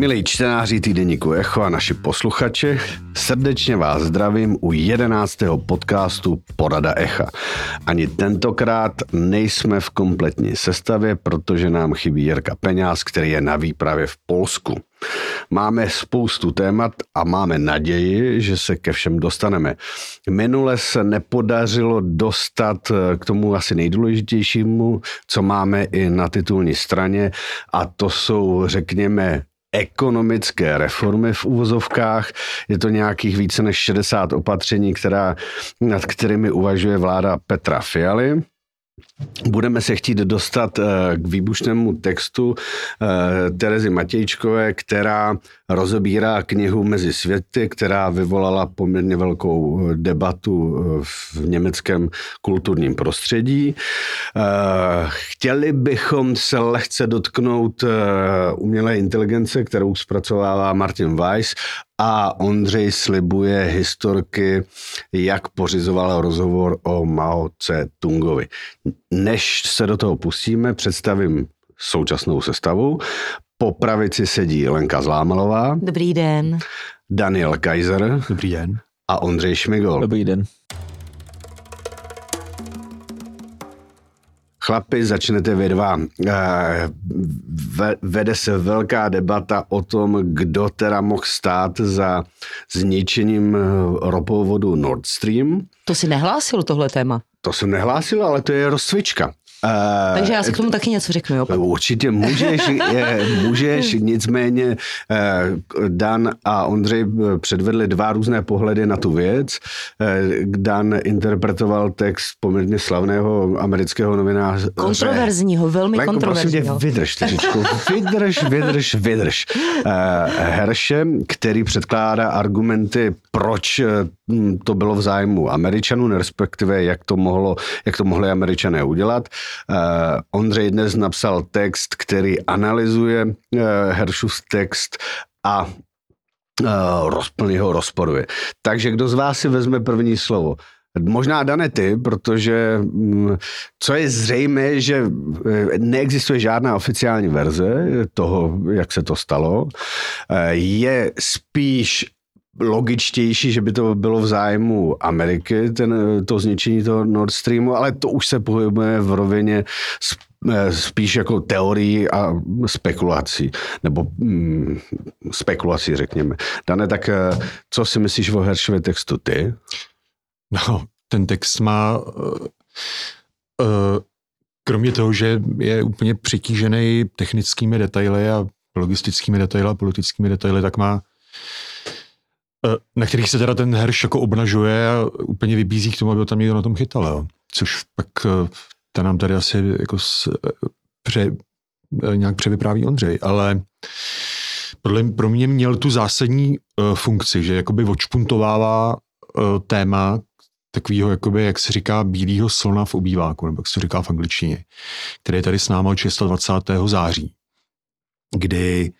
Milí čtenáři týdeníku Echo a naši posluchači, srdečně vás zdravím u 11. podcastu Porada Echa. Ani tentokrát nejsme v kompletní sestavě, protože nám chybí Jirka Peňáz, který je na výpravě v Polsku. Máme spoustu témat a máme naději, že se ke všem dostaneme. Minule se nepodařilo dostat k tomu asi nejdůležitějšímu, co máme i na titulní straně, a to jsou, řekněme, ekonomické reformy v uvozovkách. Je to nějakých více než 60 opatření, nad kterými uvažuje vláda Petra Fialy. Budeme se chtít dostat k výbušnému textu Terezy Matějčkové, která rozebírá knihu Mezi světy, která vyvolala poměrně velkou debatu v německém kulturním prostředí. Chtěli bychom se lehce dotknout umělé inteligence, kterou zpracovává Martin Weiss, a Ondřej slibuje historky, jak pořizoval rozhovor o Mao Tse-tungovi. Než se do toho pustíme, představím současnou sestavu. Po pravici sedí Lenka Zlámalová. Dobrý den. Daniel Kaiser. Dobrý den. A Ondřej Šmigol. Dobrý den. Chlapi, začnete vy dva. Vede se velká debata o tom, kdo teda mohl stát za zničením ropovodu Nord Stream. To si nehlásil tohle téma? To jsem nehlásil, ale to je rozcvička. Takže já si k tomu taky něco řeknu, jo? Určitě můžeš, nicméně Dan a Ondřej předvedli dva různé pohledy na tu věc. Dan interpretoval text poměrně slavného amerického novináře. Kontroverzního, velmi Lenko, kontroverzního. Prosím tě, vydrž, tyřičku. Vydrž. Herše, který předkládá argumenty, proč to bylo v zájmu Američanů, respektive jak to mohli Američané udělat. Ondřej dnes napsal text, který analyzuje Heršův text a plně ho rozporuje. Takže kdo z vás si vezme první slovo? Možná Dane ty, protože co je zřejmé, že neexistuje žádná oficiální verze toho, jak se to stalo. Je spíš logičtější, že by to bylo v zájmu Ameriky, to zničení toho Nord Streamu, ale to už se pohybuje v rovině spíš jako teorií a spekulací, nebo spekulací, řekněme. Dane, tak co si myslíš o Heršově textu ty? No, ten text má, kromě toho, že je úplně přitížený technickými detaily a logistickými detaily a politickými detaily, tak má, na kterých se teda ten Herš jako obnažuje a úplně vybízí k tomu, aby tam někdo na tom chytal, jo. Což pak ta nám tady asi jako nějak převypráví Ondřej, ale pro mě měl tu zásadní funkci, že jakoby odšpuntovává téma takovýho, jakoby, jak se říká, bílýho slona v obýváku, nebo jak se říká v angličtině, který je tady s náma od 26. září, kdy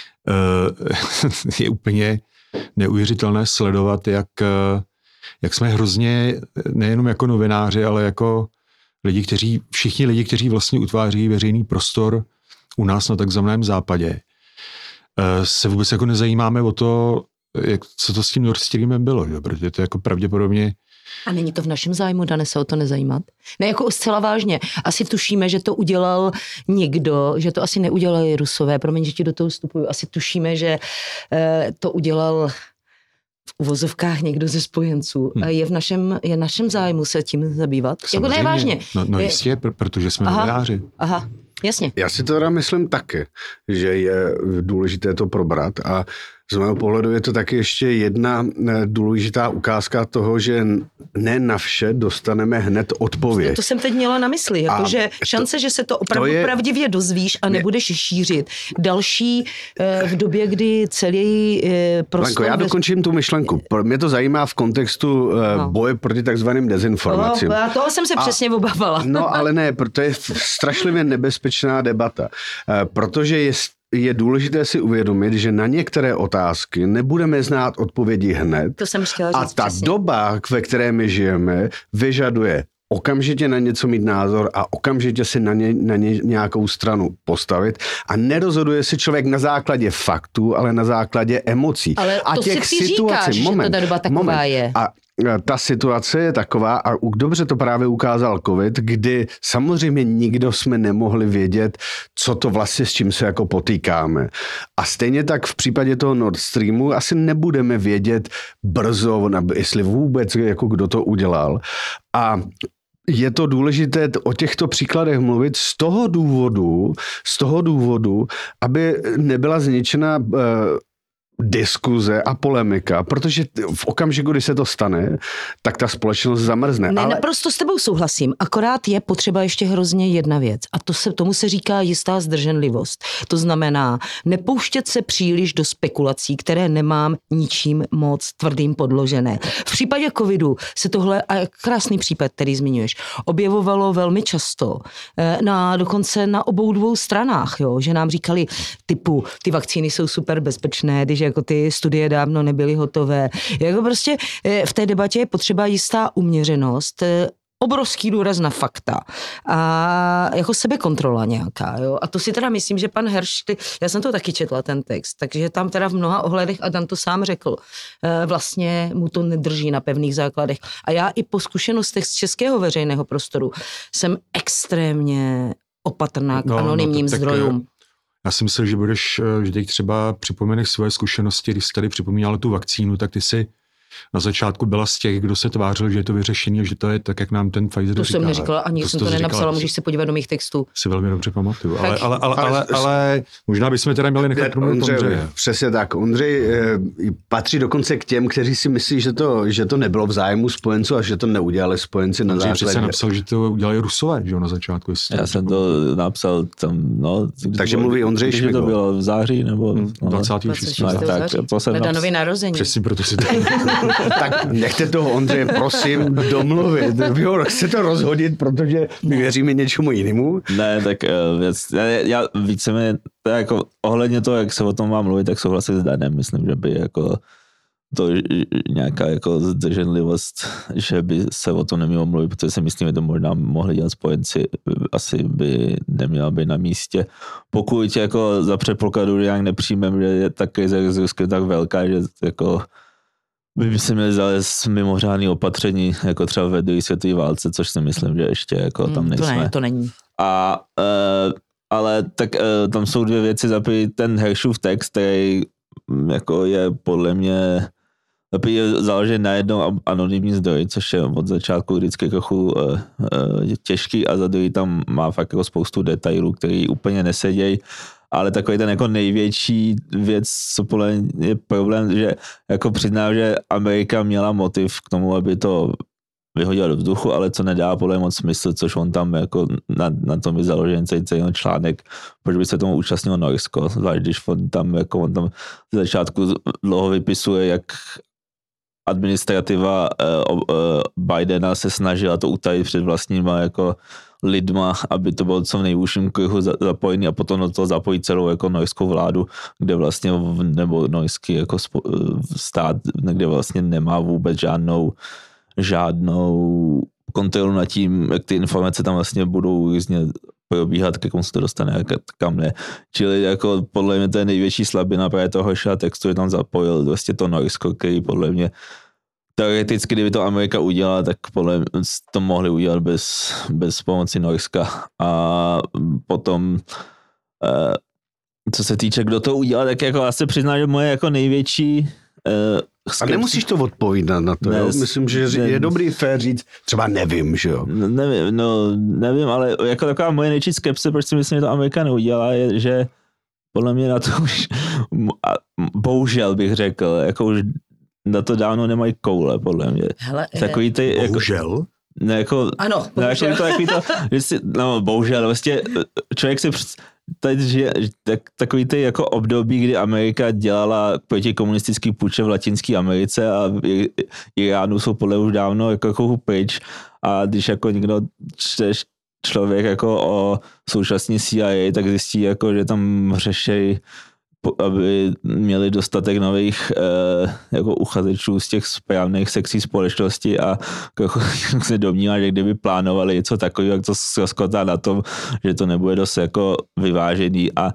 je úplně neuvěřitelné sledovat, jak jsme hrozně, nejenom jako novináři, ale jako všichni lidi, kteří vlastně utváří veřejný prostor u nás na takzvaném západě, se vůbec jako nezajímáme o to, co to s tím Nord Streamem bylo, že? Protože to jako pravděpodobně. A není to v našem zájmu, Dane, se o to nezajímat? Ne, jako zcela vážně. Asi tušíme, že to udělal někdo, že to asi neudělali Rusové, promiň, že ti do toho vstupuju. Asi tušíme, že to udělal v uvozovkách někdo ze spojenců. Je našem zájmu se tím zabývat? Jako nevážně. No jistě, protože jsme novináři. Aha, jasně. Já si to teda myslím taky, že je důležité to probrat, a z mého pohledu je to taky ještě jedna důležitá ukázka toho, že ne na vše dostaneme hned odpověď. To jsem teď měla na mysli, jakože šance, že se to opravdu pravdivě dozvíš a nebudeš šířit další v době, kdy celý prostor... Lenko, já dokončím tu myšlenku. Mě to zajímá v kontextu boje proti takzvaným dezinformacím. Toho jsem se přesně obávala. No ale ne, protože je strašlivě nebezpečná debata, protože je důležité si uvědomit, že na některé otázky nebudeme znát odpovědi hned. To jsem chtěla říct. A ta doba, ve které my žijeme, vyžaduje okamžitě na něco mít názor a okamžitě si na ně nějakou stranu postavit a nerozhoduje si člověk na základě faktů, ale na základě emocí. Ale a to těch si ty říkáš, že ta doba taková je. A ta situace je taková a dobře to právě ukázal covid, kdy samozřejmě nikdo jsme nemohli vědět, co to vlastně s čím se jako potýkáme. A stejně tak v případě toho Nord Streamu asi nebudeme vědět brzo, jestli vůbec jako kdo to udělal. A je to důležité o těchto příkladech mluvit z toho důvodu, aby nebyla zničena diskuze a polemika, protože v okamžiku, kdy se to stane, tak ta společnost zamrzne. Ne, naprosto s tebou souhlasím, akorát je potřeba ještě hrozně jedna věc a tomu se říká jistá zdrženlivost. To znamená nepouštět se příliš do spekulací, které nemám ničím moc tvrdým podložené. V případě covidu se tohle, a krásný případ, který zmiňuješ, objevovalo velmi často, dokonce na obou dvou stranách, jo, že nám říkali typu, ty vakcíny jsou super bezpečné, když jako ty studie dávno nebyly hotové. Jako prostě v té debatě je potřeba jistá uměřenost, obrovský důraz na fakta a jako sebekontrola nějaká. Jo? A to si teda myslím, že pan Herš, já jsem to taky četla ten text, takže tam teda v mnoha ohledech, a Dan to sám řekl, vlastně mu to nedrží na pevných základech. A já i po zkušenostech z českého veřejného prostoru jsem extrémně opatrná k anonymním zdrojům. Já si myslel, že teď třeba připomeneš svoje zkušenosti, když jsi tady připomínal tu vakcínu, tak ty si na začátku byla z těch, kdo se tvářil, že je to vyřešení a že to je tak, jak nám ten Pfizer to říká. To jsem neříkala, ani jsem to nenapsala, můžeš se podívat do mých textů. Si velmi dobře pamatuju, ale možná bychom teda měli nechat promluvit Ondřeje. Přesně tak. Ondřej patří dokonce k těm, kteří si myslí, že to nebylo v zájmu spojenců a že to neudělali spojenci na základě. Ondřej napsal, že to udělali Rusové, že jo, na začátku. Já jsem to napsal tam, no. Takže mluví Ondřej Šmigol. To bylo v září, nebo 26. Tak, to jsem na nový narození. Přesně proto si to... Tak nechte toho Ondřeje, prosím, domluvit. Vy ho chcete rozhodit, protože my věříme něčemu jinému? Ne, tak já víceméně, jako ohledně toho, jak se o tom má mluvit, tak souhlasit s Danem. Myslím, že by jako to nějaká jako zdrženlivost, že by se o tom nemělo mluvit, protože si myslím, že to možná mohli dělat spojenci, asi by neměla být na místě. Pokud jako za předpokladu, že nějak nepřijmeme, že je ta krize z Ruska tak velká, že jako by se měli zavést mimořádné opatření, jako třeba ve druhé světové válce, což si myslím, že ještě jako tam nejsme. To není. Ale tak tam jsou dvě věci. Za ten Hershův text, který jako je podle mě je založen na jednom anonymní zdroji, což je od začátku vždycky trochu těžký, a za druhý tam má fakt jako spoustu detailů, který úplně nesedějí. Ale takový ten jako největší věc, co podle mě je problém, že jako přiznám, že Amerika měla motiv k tomu, aby to vyhodila do vzduchu, ale co nedá podle mě moc smysl, což on tam jako na tom je založen celý článek, proč by se tomu účastnilo Norsko, zvlášť když on tam z začátku dlouho vypisuje, jak administrativa Bidena se snažila to utajit před vlastníma jako lidma, aby to bylo co v nejvůjším kruhu zapojený, a potom do toho zapojit celou jako norskou vládu, kde vlastně, nebo norský jako stát, kde vlastně nemá vůbec žádnou kontrolu nad tím, jak ty informace tam vlastně budou různě probíhat, k komu se to dostane a kam ne. Čili jako podle mě to je největší slabina právě toho Hershova textu, že tam zapojil vlastně to Norsko, který podle mě teoreticky, kdyby to Amerika udělala, tak podle mě to mohli udělat bez pomoci Norska. A potom, co se týče, kdo to udělal, tak jako já se přiznám, že moje jako největší a nemusíš to odpovídat na to, ne, jo? Myslím, že je dobrý fér říct, třeba nevím, že jo? Nevím, ale jako taková moje největší skepse, proč si myslím, že to Amerika neudělá, je, že podle mě na to už, bohužel bych řekl, jako už na to dávno nemají koule, podle mě. Hele, takový ty, bohužel? Jako, ne, jako, ano, bohužel. Bohužel, vlastně člověk si teď žije takový ty jako období, kdy Amerika dělala protikomunistický půjče v Latinské Americe a Iránu jsou podle už dávno jako pryč, a když jako někdo čteš člověk jako o současní CIA, tak zjistí jako, že tam řeší aby měli dostatek nových jako uchazečů z těch správných sekcí společnosti a jako se domnívá, že kdyby plánovali něco takového, jak to zkotá na tom, že to nebude dost jako vyvážený a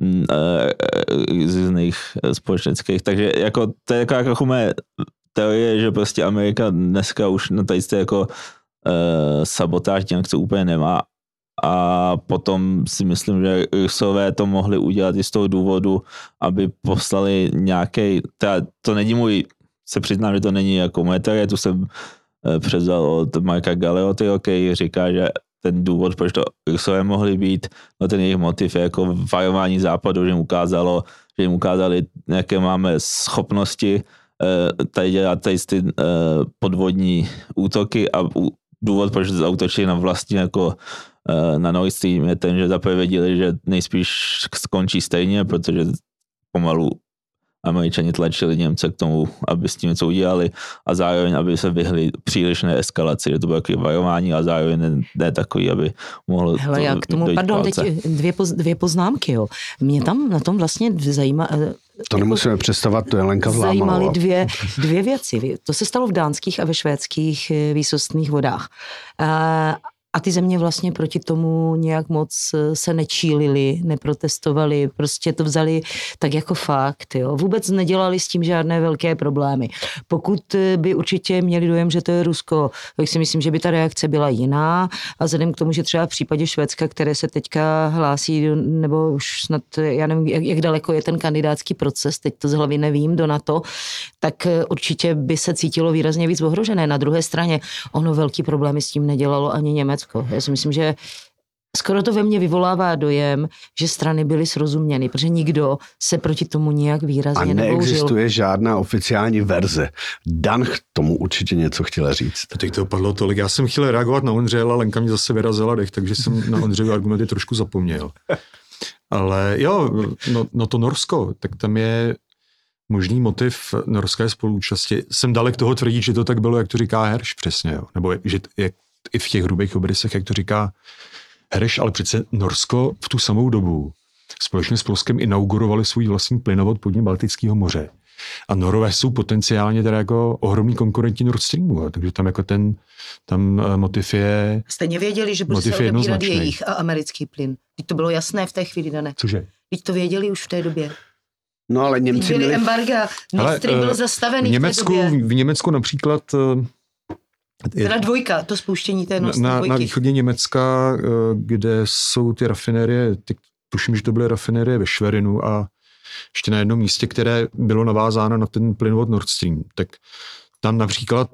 z různých společenských. Takže jako to je jako moje teorie, že prostě Amerika dneska už na tady jako sabotáž nějak to úplně nemá. A potom si myslím, že Rusové to mohli udělat i z toho důvodu, aby poslali nějaký, to není se přiznám, že to není jako moje teorie, tu jsem převzal od Marka Galeottiho, který říká, že ten důvod, proč to Rusové mohli být, no ten jejich motiv je jako varování západu, že jim ukázali, jaké máme schopnosti tady dělat tady ty podvodní útoky a důvod, proč zaútočili na vlastně jako na Nord Stream je ten, že zaprvé věděli, že nejspíš skončí stejně, protože pomalu Američani tlačili Němce k tomu, aby s tím něco udělali a zároveň, aby se vyhli přílišné eskalaci, že to bylo takové varování a zároveň ne takový, aby mohlo Hele, já k tomu, teď dvě poznámky, jo. Mě tam na tom vlastně zajímá... To nemusíme představovat, to je Lenka Vlámalová. Zajímaly dvě věci. To se stalo v dánských a ve švédských výsostných vodách. A ty země vlastně proti tomu nějak moc se nečílily, neprotestovali, prostě to vzali tak jako fakt, jo. Vůbec nedělali s tím žádné velké problémy. Pokud by určitě měli dojem, že to je Rusko, tak si myslím, že by ta reakce byla jiná a vzhledem k tomu, že třeba v případě Švédska, které se teďka hlásí, nebo už snad, já nevím, jak daleko je ten kandidátský proces, teď to z hlavy nevím, do NATO, tak určitě by se cítilo výrazně víc ohrožené. Na druhé straně ono velký problémy s tím nedělalo ani Německo. Já si myslím, že skoro to ve mně vyvolává dojem, že strany byly srozuměny, protože nikdo se proti tomu nějak výrazně nebouřil. A neexistuje žádná oficiální verze. Dan k tomu určitě něco chtěla říct. Teď to padlo tolik. Já jsem chtěl reagovat na Ondřeje, ale Lenka mě zase vyrazila dech, takže jsem na Ondřeje argumenty trošku zapomněl. Ale jo, no to Norsko, tak tam je možný motiv norské spoluúčasti. Jsem dalek toho tvrdit, že to tak bylo, jak to říká Herš přesně, jo. Nebo že je i v těch hrubých obrysech, jak to říká Herš, ale přece Norsko v tu samou dobu společně s Polskem inaugurovali svůj vlastní plynovod podél Baltického moře. A Norové jsou potenciálně teda jako ohromný konkurenti Nord Streamu, takže tam jako tam motiv je... Stejně věděli, že bude se odebírat jejich a americký plyn. Teď to bylo jasné v té chvíli, Dané. Cože? Teď to věděli už v té době. No ale Němci byli embarga, Nord Stream byl zastavený v té době. V Německu například... Teda dvojka, to spouštění té Nord Stream dvojky. Na východě Německa, kde jsou ty rafinérie, tuším, že to byly rafinérie ve Schwerinu a ještě na jednom místě, které bylo navázáno na ten plynovod Nord Stream, tak tam například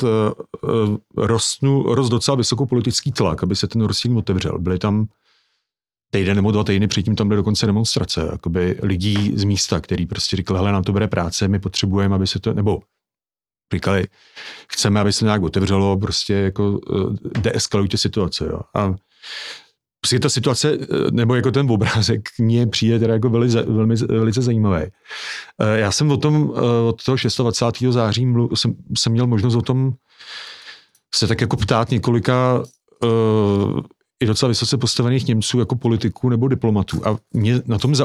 rost docela vysokou politický tlak, aby se ten Nord Stream otevřel. Byly tam týden nebo 2 týdny, předtím tam byly dokonce demonstrace, jakoby lidí z místa, který prostě říkali, hele, nám to bere práce, my potřebujeme, aby se to, nebo říkali, chceme, aby se nějak otevřelo, prostě jako deeskalujte situace, jo. A prostě ta situace, nebo jako ten obrázek mně přijde teda jako velice zajímavý. Já jsem o tom, od toho 26. září jsem měl možnost o tom se tak jako ptát několika i docela vysoce postavených Němců jako politiků nebo diplomatů a mě na tom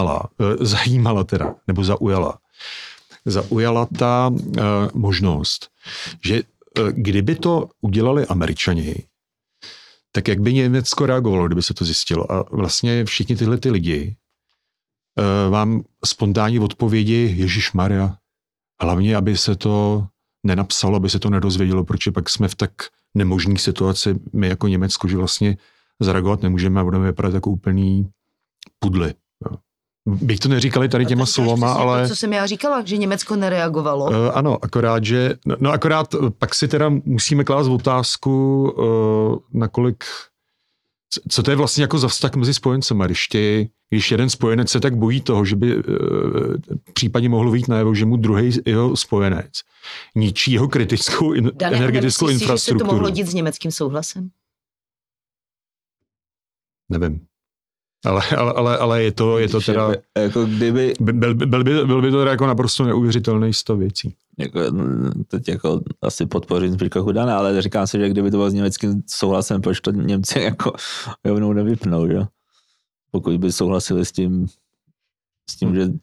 zaujala ta možnost, že kdyby to udělali Američani, tak jak by Německo reagovalo, kdyby se to zjistilo. A vlastně všichni tyhle ty lidi vám spontánní odpovědi Ježišmarja, hlavně, aby se to nenapsalo, aby se to nedozvědělo, protože pak jsme v tak nemožné situaci, my jako Německo, že vlastně zareagovat nemůžeme a budeme vypadat jako úplný pudly. Bych to neříkali tady těma slovama, ale... To, co jsem já říkala, že Německo nereagovalo. Ano, akorát pak si teda musíme klást otázku, nakolik... Co to je vlastně jako za vztah mezi spojencema, když jeden spojenec se tak bojí toho, že by případně mohlo vyjít najevo, že mu druhý jeho spojenec ničí jeho kritickou energetickou infrastrukturu. Si, že se to mohlo dít s německým souhlasem? Nevím. Ale je to teda... Jako kdyby... Byl by to teda jako naprosto neuvěřitelný stav věcí. Jako, teď jako asi podpořím zbytku Dana, ale říkám si, že kdyby to bylo s německým souhlasem, proč to Němci jako rovnou nevypnou, že? Pokud by souhlasili s tím, že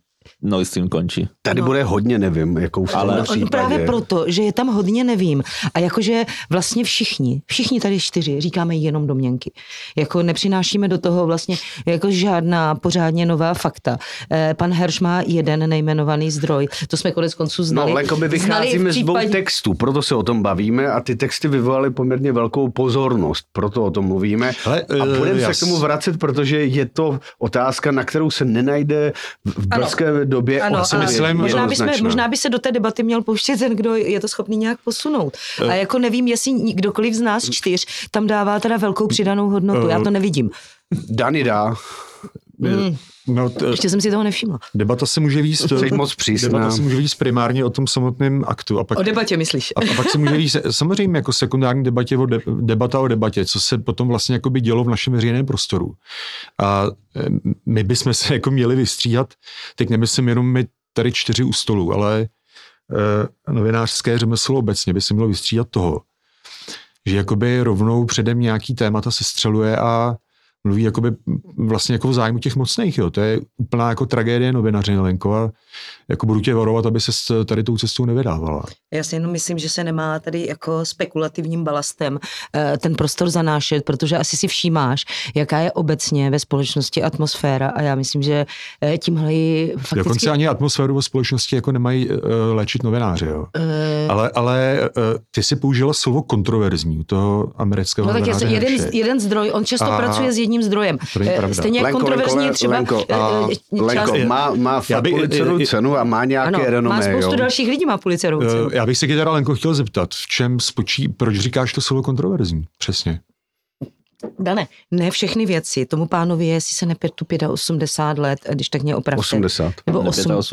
Nord Stream končí. Tady bude hodně nevím, jakou v tomhle případě. Právě proto, že je tam hodně nevím. A jakože vlastně všichni tady 4 říkáme jenom domněnky. Jako nepřinášíme do toho vlastně jako žádná pořádně nová fakta. Pan Herš má jeden nejmenovaný zdroj. To jsme konec konců znali. No, Lenko, my vycházíme z 2 textů, proto se o tom bavíme a ty texty vyvolaly poměrně velkou pozornost, proto o tom mluvíme. A budeme se k tomu vracet, protože je to otázka, na kterou se nenajde v brzké době. Ano, myslím, možná by se do té debaty měl pouštět ten, kdo je to schopný nějak posunout. A jako nevím, jestli kdokoliv z nás 4 tam dává teda velkou přidanou hodnotu. Já to nevidím. Dani dá. Ještě jsem si toho nevšimla. Debata se může víc. Debata se může víc primárně o tom samotném aktu. A pak, o debatě myslíš? A pak se může víc, samozřejmě jako sekundární debata o debatě, co se potom vlastně jako by dělo v našem veřejném prostoru. A my bychom se jako měli vystříhat, teď nemyslím jenom my tady 4 u stolu, ale novinářské řemeslo obecně by se mělo vystříhat toho, že jakoby rovnou předem nějaký témata se střeluje a mluví jakoby vlastně jako v zájmu těch mocných, jo. To je úplná jako tragédie novinařiny, Lenko, a jako budu tě varovat, aby se tady tou cestou nevydávala. Já si jenom myslím, že se nemá tady jako spekulativním balastem ten prostor zanášet, protože asi si všímáš, jaká je obecně ve společnosti atmosféra a já myslím, že tímhle ji fakticky... Dokonce ani atmosféru ve společnosti jako nemají léčit novináři, jo. Ale ty si použila slovo kontroverzní u toho amerického novináře. No tak jeden zdroj, on často pracuje s jedním zdrojem. Stejně jak kontroverzní třeba... Lenko, má fakt Pulitzerovu cenu a má nějaké renomé. Má spoustu dalších lidí, má Pulitzerovu cenu. Já bych se tě teda, Lenko, chtěl zeptat, v čem proč říkáš to slovo kontroverzní? Přesně. Dane, ne všechny věci. Tomu pánovi je, jestli se nepět tu 85 let, když tak mě opravte. 80. Nebo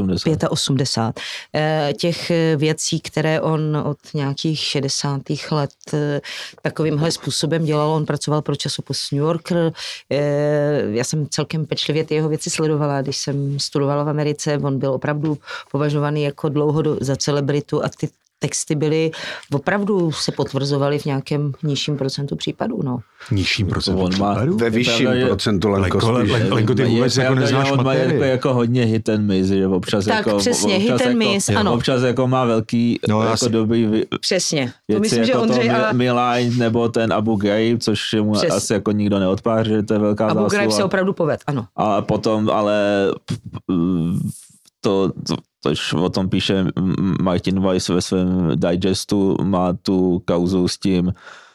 85. Těch věcí, které on od nějakých 60. let takovýmhle způsobem dělal, on pracoval pro časopis New Yorker. Já jsem celkem pečlivě ty jeho věci sledovala, když jsem studovala v Americe. On byl opravdu považovaný jako dlouho za celebritu a ty texty byly, opravdu se potvrzovaly v nějakém nižším procentu případů, no. Nižším procentu případů? Ve vyšším procentu, Lenko, ty vůbec jako neznáš materii. Jako hodně hit and miss, že občas tak jako... přesně, hit and miss, ano. Občas jako má velký jako dobrý přesně. To myslím, jako že Ondřej a... Milaň nebo ten Abu Ghraib, což mu asi jako nikdo neodpáří, že to je velká zásluha. Abu Ghraib se opravdu poved, ano. A potom, ale tož o tom píše Martin Weiss ve svém digestu, má tu kauzu s tím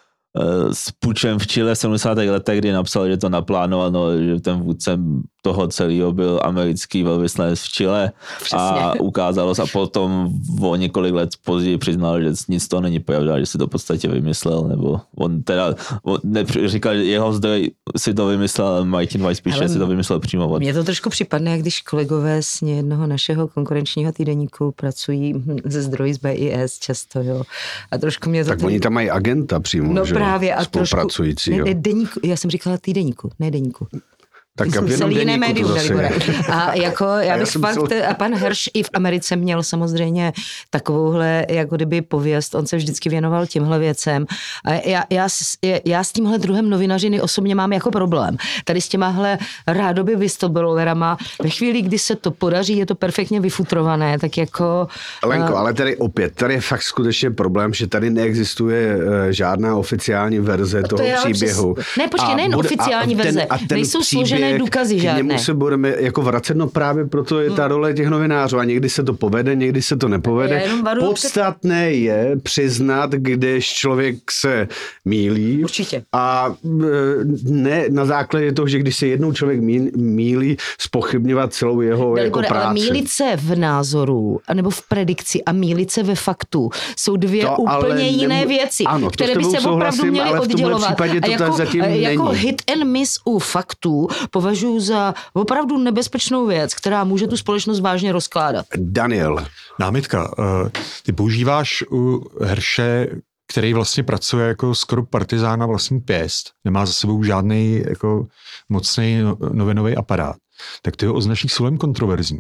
s pučem v Chile v 70. letech, kdy napsal, že to naplánoval, že ten vůdcem toho celého byl americký velvyslanec v Chile. Přesně. A ukázalo se a potom o několik let později přiznal, že nic to není pravda, že si to v podstatě vymyslel, nebo on teda říkal, že jeho zdroj si to vymyslel, ale Martin Weiss píše, si to vymyslel přímo od. Mně to trošku připadne, jak když kolegové z jednoho našeho konkurenčního týdeníku pracují ze zdroji z BIS často, jo. A trošku mě to... Tak oni tam mají agenta přímo, no, že? Právě, a spolupracujícího. Deníku, já jsem říkala týdeníku, ne deníku. Tak v jednom deníku to zase. A jako, já bych fakt, a pan Herš i v Americe měl samozřejmě takovouhle, jako kdyby pověst, on se vždycky věnoval těmhle věcem. A já s tímhle druhem novinařiny osobně mám jako problém. Tady s těmahle rádoby whistleblowerama, ve chvíli, kdy se to podaří, je to perfektně vyfutrované, tak jako... Lenko, ale tady opět, je fakt skutečně problém, že tady neexistuje žádná oficiální verze toho příběhu. Ne, počkej, nejen oficiální verze, nejsou složené důkazy žádné. K němu se budeme jako vracet, no právě proto je ta role těch novinářů a někdy se to povede, někdy se to nepovede. Podstatné je přiznat, když člověk se mýlí. Určitě. A ne na základě toho, že když se jednou člověk mýlí, zpochybňovat celou jeho jako práci. Ale mýlit se v názoru, nebo v predikci a mýlit se ve faktu jsou dvě úplně jiné věci, ano, které by se opravdu měly oddělovat. Jako hit and miss u faktů považuji za opravdu nebezpečnou věc, která může tu společnost vážně rozkládat. Daniel. Námitka. Ty používáš u Herše, který vlastně pracuje jako skoro partizán na vlastní pěst, nemá za sebou žádný jako mocný novinový aparát, tak ty ho označíš slovem kontroverzní.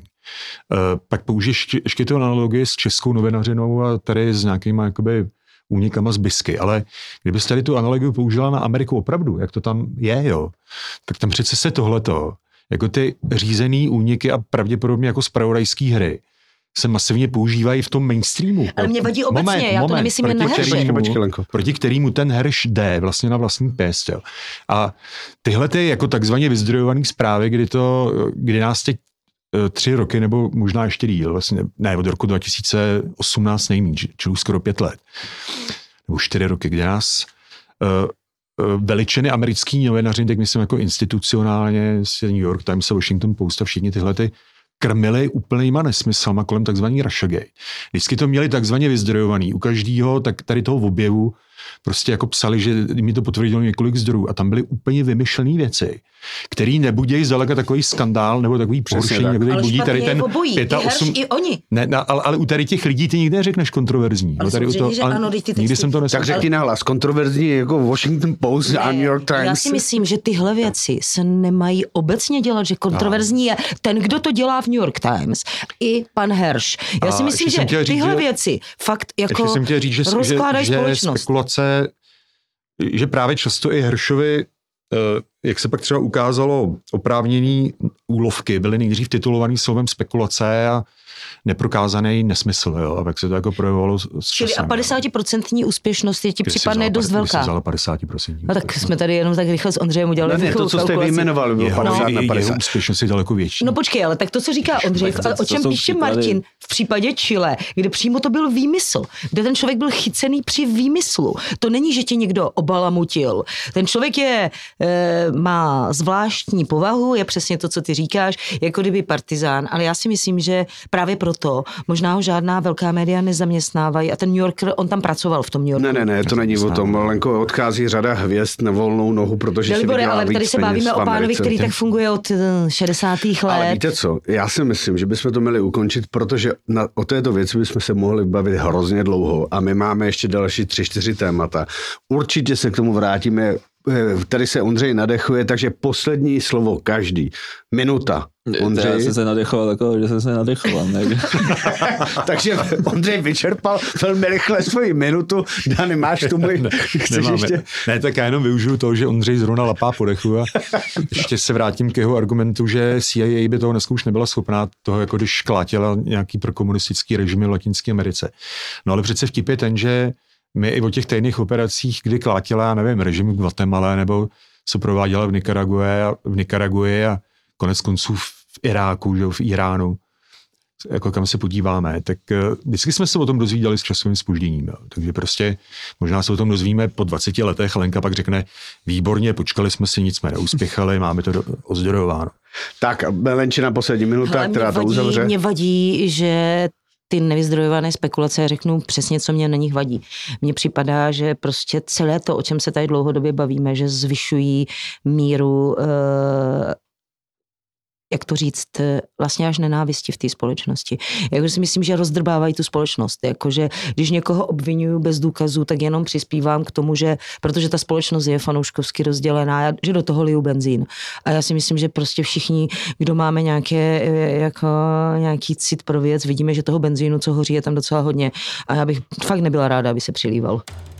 Pak použiješ ještě tu analogii s českou novinařinou a tady s nějakýma jakoby únikama z bisky, ale kdybyste tady tu analogii použila na Ameriku opravdu, jak to tam je, jo, tak tam přece se tohleto jako ty řízený úniky a pravděpodobně jako zpravodajský hry se masivně používají v tom mainstreamu. Ale mě vadí obecně, já to nemyslím jen na herše. Proti kterému ten herš jde vlastně na vlastní pěst. Jo. A tyhle ty jako takzvaně vyzdrojované zprávy, kdy nás teď 3 roky nebo možná ještě díl, vlastně ne, od roku 2018 nejméně, čili skoro 5 let, nebo 4 roky, kde nás veličeny americký novinaři, tak myslím jako institucionálně, New York Times a Washington Post a všichni tyhle ty krmili úplnýma nesmyslama kolem takzvaný Russiagate. Vždycky to měli takzvaně vyzdrojovaný. U každého tak tady toho objevu prostě jako psali, že mi to potvrdilo několik zdrojů a tam byly úplně vymyšlené věci, který nebudějí zdaleka takový skandál nebo takový porušení, jako tady budí tady ten 8... i oni. Ne, ale u tady těch lidí ty nikdy neřekneš kontroverzní. Ale tady to, ano, nikdy jsem to neslyšel. Tak řekni nahlas, kontroverzní jako Washington Post a New York Times. Já si myslím, že tyhle věci se nemají obecně dělat, že kontroverzní je ten, kdo to dělá v New York Times, i pan Herš. Já si myslím, že tyhle věci fakt jako rozkládají společnost. Spekulace, že právě často i Heršovi, jak se pak třeba ukázalo, oprávněný úlovky byly nejdřív titulovaný slovem spekulace a neprokázaný nesmysl, jo, a pak se to jako projevovalo s čili časem. A 50% úspěšnost je ti připadne dost velká. Vzala 50%. No tak jsme tady jenom tak rychle s Ondřejem udělali. Ne, to, co jste vyjmenovali, bylo 50 na 50. Jeho úspěšnost je daleko větší. No počkej, ale tak to, co říká Ondřej, o čem píše Martin v případě Chile, kde přímo to byl výmysl, kde ten člověk byl chycený při výmyslu. To není, že tě někdo obalamutil. Ten člověk má zvláštní povahu, je přesně to, co ty říkáš, jako kdyby partizán, ale já si myslím, že právě proto možná ho žádná velká média nezaměstnávají a ten New Yorker, on tam pracoval v tom New Yorku. Ne, to není o tom. Lenko, odchází řada hvězd na volnou nohu, protože si vydělá ale víc tady se bavíme o pánovi, který tak funguje od 60. let. Ale víte co, já si myslím, že bychom to měli ukončit, protože o této věci bychom se mohli bavit hrozně dlouho a my máme ještě další 3-4 témata. Určitě se k tomu vrátíme. Tady se Ondřej nadechuje, takže poslední slovo každý. Minuta. Ondřej. Já jsem se nadechoval jako, že jsem se nadechoval. Takže Ondřej vyčerpal velmi rychle svoji minutu. Dany, máš tomu? Chceš ještě? Ne, tak já jenom využiju toho, že Ondřej zrovna lapá po dechu a ještě se vrátím k jeho argumentu, že CIA by toho dneska už nebyla schopná, toho jako když klátila nějaký prokomunistický režimy v Latinské Americe. No ale přece vtip je ten, že my i o těch tajných operacích, kdy klátila, já nevím, režim v Guatemala nebo co prováděla v Nikaraguji a konec konců v Iráku, že v Iránu, jako kam se podíváme, tak vždycky jsme se o tom dozvídali s časovým zpožděním. Takže prostě možná se o tom dozvíme po 20 letech, Lenka pak řekne, výborně, počkali jsme si, nic jsme neuspěchali, máme to ozdrojováno. Tak, Lenčina poslední minuta, která to uzavře. Mě vadí, že ty nevyzdrojované spekulace, já řeknu přesně, co mě na nich vadí. Mně připadá, že prostě celé to, o čem se tady dlouhodobě bavíme, že zvyšují míru, jak to říct, vlastně až nenávisti v té společnosti. Jako si myslím, že rozdrbávají tu společnost. Jakože když někoho obvinuju bez důkazů, tak jenom přispívám k tomu, že protože ta společnost je fanouškovsky rozdělená, že do toho liju benzín. A já si myslím, že prostě všichni, kdo máme nějaký cit pro věc, vidíme, že toho benzínu, co hoří, je tam docela hodně. A já bych fakt nebyla ráda, aby se přilíval.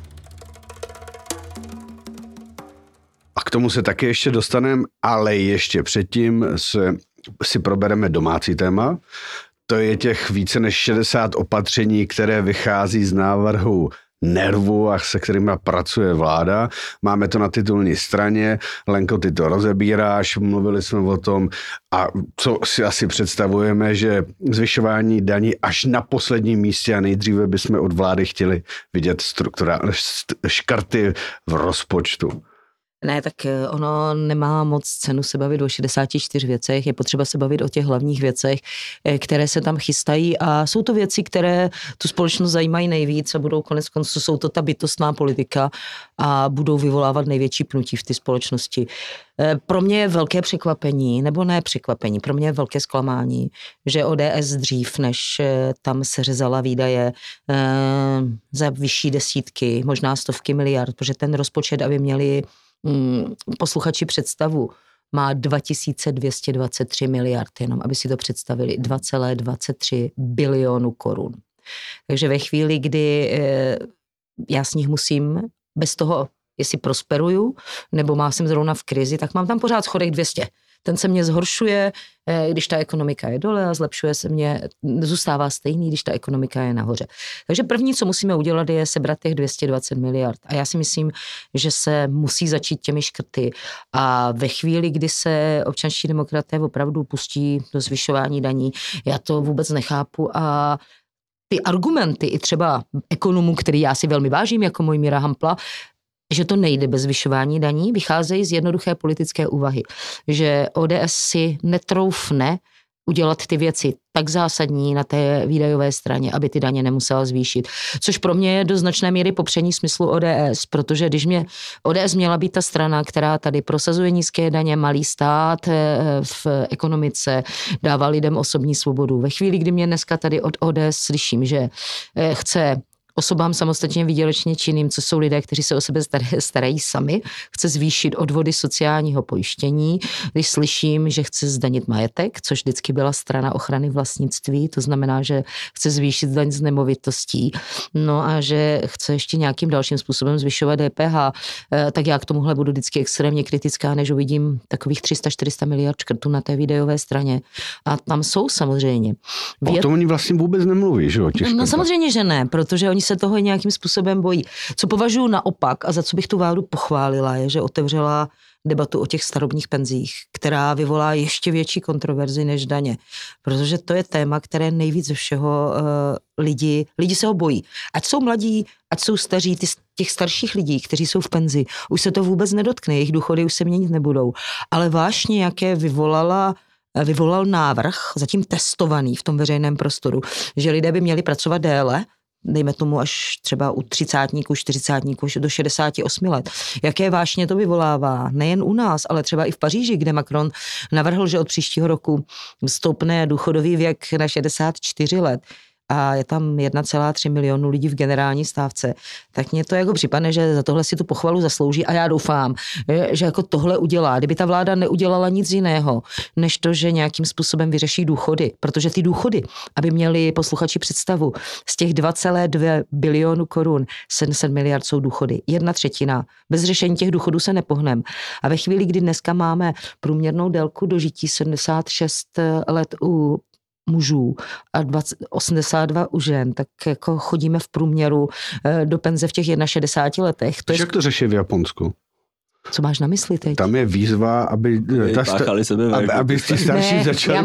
A k tomu se taky ještě dostaneme, ale ještě předtím si probereme domácí téma. To je těch více než 60 opatření, které vychází z návrhu NERVu a se kterými pracuje vláda. Máme to na titulní straně. Lenko, ty to rozebíráš, mluvili jsme o tom a co si asi představujeme, že zvyšování daní až na posledním místě a nejdříve bychom od vlády chtěli vidět škrty v rozpočtu. Ne, tak ono nemá moc cenu se bavit o 64 věcech, je potřeba se bavit o těch hlavních věcech, které se tam chystají a jsou to věci, které tu společnost zajímají nejvíc a budou konec konců, jsou to ta bytostná politika a budou vyvolávat největší pnutí v té společnosti. Pro mě je velké překvapení, nebo ne překvapení, pro mě je velké zklamání, že ODS dřív, než tam seřezala výdaje za vyšší desítky, možná stovky miliard, protože ten rozpočet, aby měli posluchači představu, má 2223 miliard, jenom aby si to představili, 2,23 bilionu korun. Takže ve chvíli, kdy já s nich musím, bez toho, jestli prosperuju, nebo jsem zrovna v krizi, tak mám tam pořád schodek 200. ten se mě zhoršuje, když ta ekonomika je dole a zlepšuje se mě, zůstává stejný, když ta ekonomika je nahoře. Takže první, co musíme udělat, je sebrat těch 220 miliard. A já si myslím, že se musí začít těmi škrty. A ve chvíli, kdy se občanští demokraté opravdu pustí do zvyšování daní, já to vůbec nechápu a ty argumenty i třeba ekonomů, který já si velmi vážím, jako Mojmíra Hampla, že to nejde bez zvyšování daní, vycházejí z jednoduché politické úvahy, že ODS si netroufne udělat ty věci tak zásadní na té výdajové straně, aby ty daně nemusela zvýšit. Což pro mě je do značné míry popření smyslu ODS, protože když ODS měla být ta strana, která tady prosazuje nízké daně, malý stát v ekonomice, dává lidem osobní svobodu. Ve chvíli, kdy mě dneska tady od ODS slyším, že chce osobám samostatně výdělečně činným, co jsou lidé, kteří se o sebe starají sami, chce zvýšit odvody sociálního pojištění, když slyším, že chce zdanit majetek, což vždycky byla strana ochrany vlastnictví, to znamená, že chce zvýšit daň z nemovitostí, no a že chce ještě nějakým dalším způsobem zvyšovat DPH, tak já k tomuhle budu vždycky extrémně kritická, než uvidím takových 300-400 miliard škrtů na té výdajové straně. A tam jsou samozřejmě. O tom oni vlastně vůbec nemluví, že o těch škrtách? No samozřejmě, že ne, protože oni se toho nějakým způsobem bojí. Co považuji naopak a za co bych tu vládu pochválila, je, že otevřela debatu o těch starobních penzích, která vyvolá ještě větší kontroverzi než daně. Protože to je téma, které nejvíc ze všeho lidi se ho bojí. Ať jsou mladí, ať jsou staří, těch starších lidí, kteří jsou v penzi, už se to vůbec nedotkne, jejich důchody už se měnit nebudou. Ale vážně, jaké vyvolal návrh, zatím testovaný v tom veřejném prostoru, že lidé by měli pracovat déle, dejme tomu až třeba u 30, 40 do 68 let. Jaké vášně to vyvolává, nejen u nás, ale třeba i v Paříži, kde Macron navrhl, že od příštího roku stoupne důchodový věk na 64 let a je tam 1,3 milionu lidí v generální stávce, tak mně to jako připadne, že za tohle si tu pochvalu zaslouží a já doufám, že jako tohle udělá. Kdyby ta vláda neudělala nic jiného, než to, že nějakým způsobem vyřeší důchody, protože ty důchody, aby měli posluchači představu, z těch 2,2 bilionu korun 700 miliard jsou důchody. 1/3. Bez řešení těch důchodů se nepohneme. A ve chvíli, kdy dneska máme průměrnou délku dožití 76 let u mužů a 82 u žen, tak jako chodíme v průměru do penze v těch 61 letech. Jak to řeší v Japonsku? Co máš na mysli teď? Tam je výzva, aby ti starší začali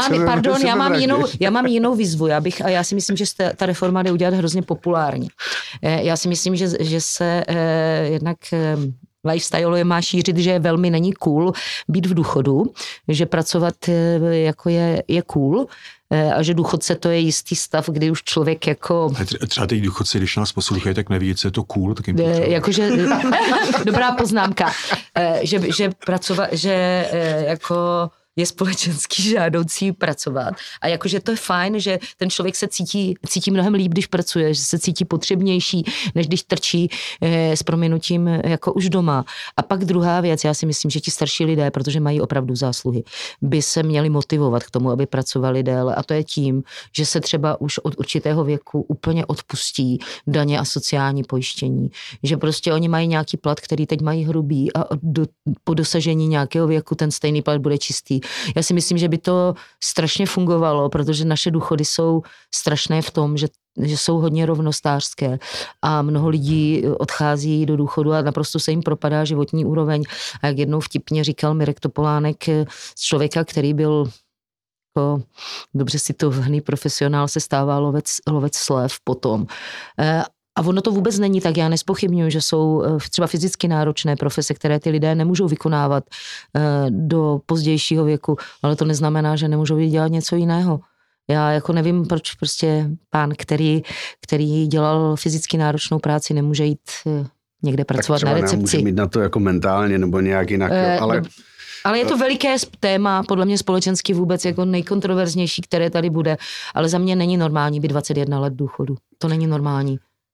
já mám jinou výzvu. Já si myslím, že ta reforma jde udělat hrozně populární. Já si myslím, že se jednak lifestyle má šířit, že velmi není cool být v důchodu, že pracovat jako je cool a že důchodce to je jistý stav, kdy už člověk jako... Třeba teď důchodci, když nás poslouchají, tak neví, co je to cool, tak jim to jakože, dobrá poznámka, že pracovat, že jako je společensky žádoucí pracovat. A jakože to je fajn, že ten člověk se cítí mnohem líp, když pracuje, že se cítí potřebnější, než když trčí s prominutím jako už doma. A pak druhá věc, já si myslím, že ti starší lidé, protože mají opravdu zásluhy, by se měli motivovat k tomu, aby pracovali déle. A to je tím, že se třeba už od určitého věku úplně odpustí daně a sociální pojištění. Že prostě oni mají nějaký plat, který teď mají hrubý a po dosažení nějakého věku ten stejný plat bude čistý. Já si myslím, že by to strašně fungovalo, protože naše důchody jsou strašné v tom, že jsou hodně rovnostářské a mnoho lidí odchází do důchodu a naprosto se jim propadá životní úroveň. A jak jednou vtipně říkal Mirek Topolánek z člověka, který byl jako dobře si to vhný profesionál, se stává lovec slev potom. A ono to vůbec není tak, já nezpochybňuji, že jsou třeba fyzicky náročné profese, které ty lidé nemůžou vykonávat do pozdějšího věku, ale to neznamená, že nemůžou dělat něco jiného. Já jako nevím, proč prostě pán, který dělal fyzicky náročnou práci, nemůže jít někde pracovat na recepci. Může mít na to jako mentálně nebo nějak jinak, ale je to veliké téma, podle mě společensky vůbec jako nejkontroverznější, které tady bude, ale za mě není normální být 21 let důchodu. To není normální.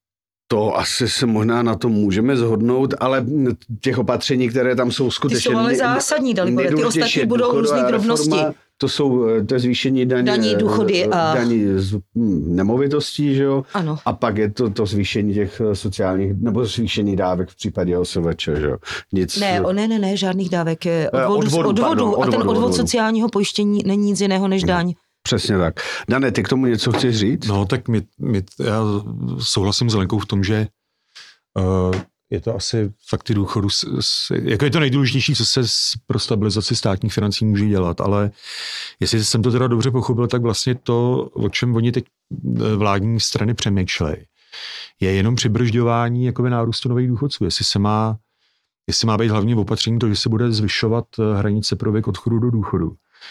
To asi se možná na tom můžeme shodnout, ale těch opatření, které tam jsou skutečně... Ty jsou ale zásadní, Dalibore, ty ostatní budou různý drobnosti. To je zvýšení daní, důchody a... daní z nemovitostí, že jo? Ano. A pak je to zvýšení těch sociálních, nebo zvýšení dávek v případě OSVČ, že jo? Nic... Ne, žádných dávek. Odvodu. A ten odvod sociálního pojištění není nic jiného než daň. Přesně tak. Dane, ty k tomu něco chceš říct? No, tak já souhlasím s Lenkou v tom, že je to asi fakt ty důchodu, jako je to nejdůležitější, co se pro stabilizaci státních financí může dělat, ale jestli jsem to teda dobře pochopil, tak vlastně to, o čem oni teď vládní strany přemýšlejí, je jenom přibržďování jakoby nárůstu nových důchodců. Jestli má být hlavně opatření to, že se bude zvyšovat hranice pro věk odchodu do důchodu.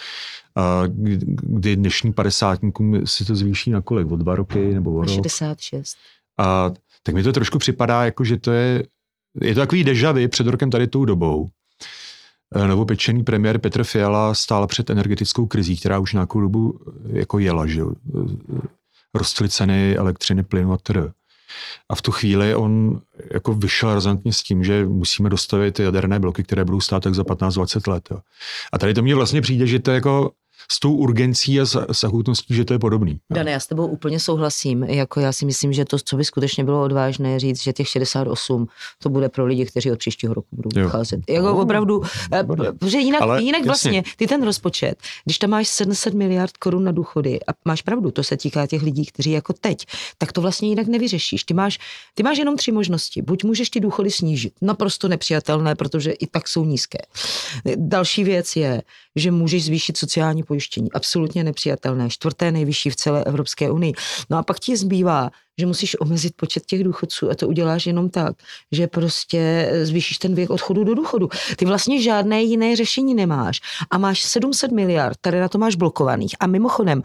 Kdy dnešní 50níkům si to zvýší na kolik? O 2 roky nebo o rok? 66. A tak mi to trošku připadá, jako že to je takový déjà vu před rokem tady tou dobou. Novopečený premiér Petr Fiala stál před energetickou krizí, která už nějakou dobu jako jela, že rostly ceny elektřiny, plynu a tr. A v tu chvíli on jako vyšel razantně s tím, že musíme dostavit jaderné bloky, které budou stát tak za 15-20 let. Jo. A tady to mně vlastně přijde, že to je jako s tou urgencí a s akutností, že to je podobný. Dane, já s tebou úplně souhlasím. Jako já si myslím, že to, co by skutečně bylo odvážné říct, že těch 68, to bude pro lidi, kteří od příštího roku budou vycházet. Jako opravdu, protože jinak vlastně, ty ten rozpočet, když tam máš 700 miliard korun na důchody a máš pravdu, to se týká těch lidí, kteří jako teď, tak to vlastně jinak nevyřešíš. Ty máš jenom 3 možnosti. Buď můžeš ty důchody snížit, naprosto nepřijatelné, protože i tak jsou nízké. Další věc je, že můžeš zvýšit sociální pojištění. Absolutně nepřijatelné. 4. nejvyšší v celé Evropské unii. No a pak ti zbývá, že musíš omezit počet těch důchodců a to uděláš jenom tak, že prostě zvýšíš ten věk odchodu do důchodu. Ty vlastně žádné jiné řešení nemáš a máš 700 miliard, tady na to máš blokovaných a mimochodem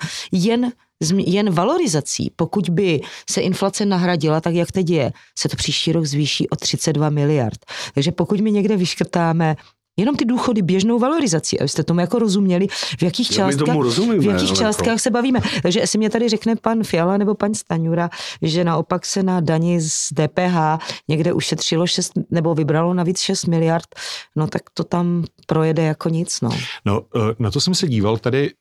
jen valorizací, pokud by se inflace nahradila tak, jak teď je, se to příští rok zvýší o 32 miliard. Takže pokud my někde vyškrtáme jenom ty důchody běžnou valorizací, abyste tomu jako rozuměli, v jakých částkách se bavíme. Takže jestli mě tady řekne pan Fiala nebo pan Staňura, že naopak se na dani z DPH někde ušetřilo 6 nebo vybralo navíc 6 miliard, no tak to tam projede jako nic. No, na to jsem se díval tady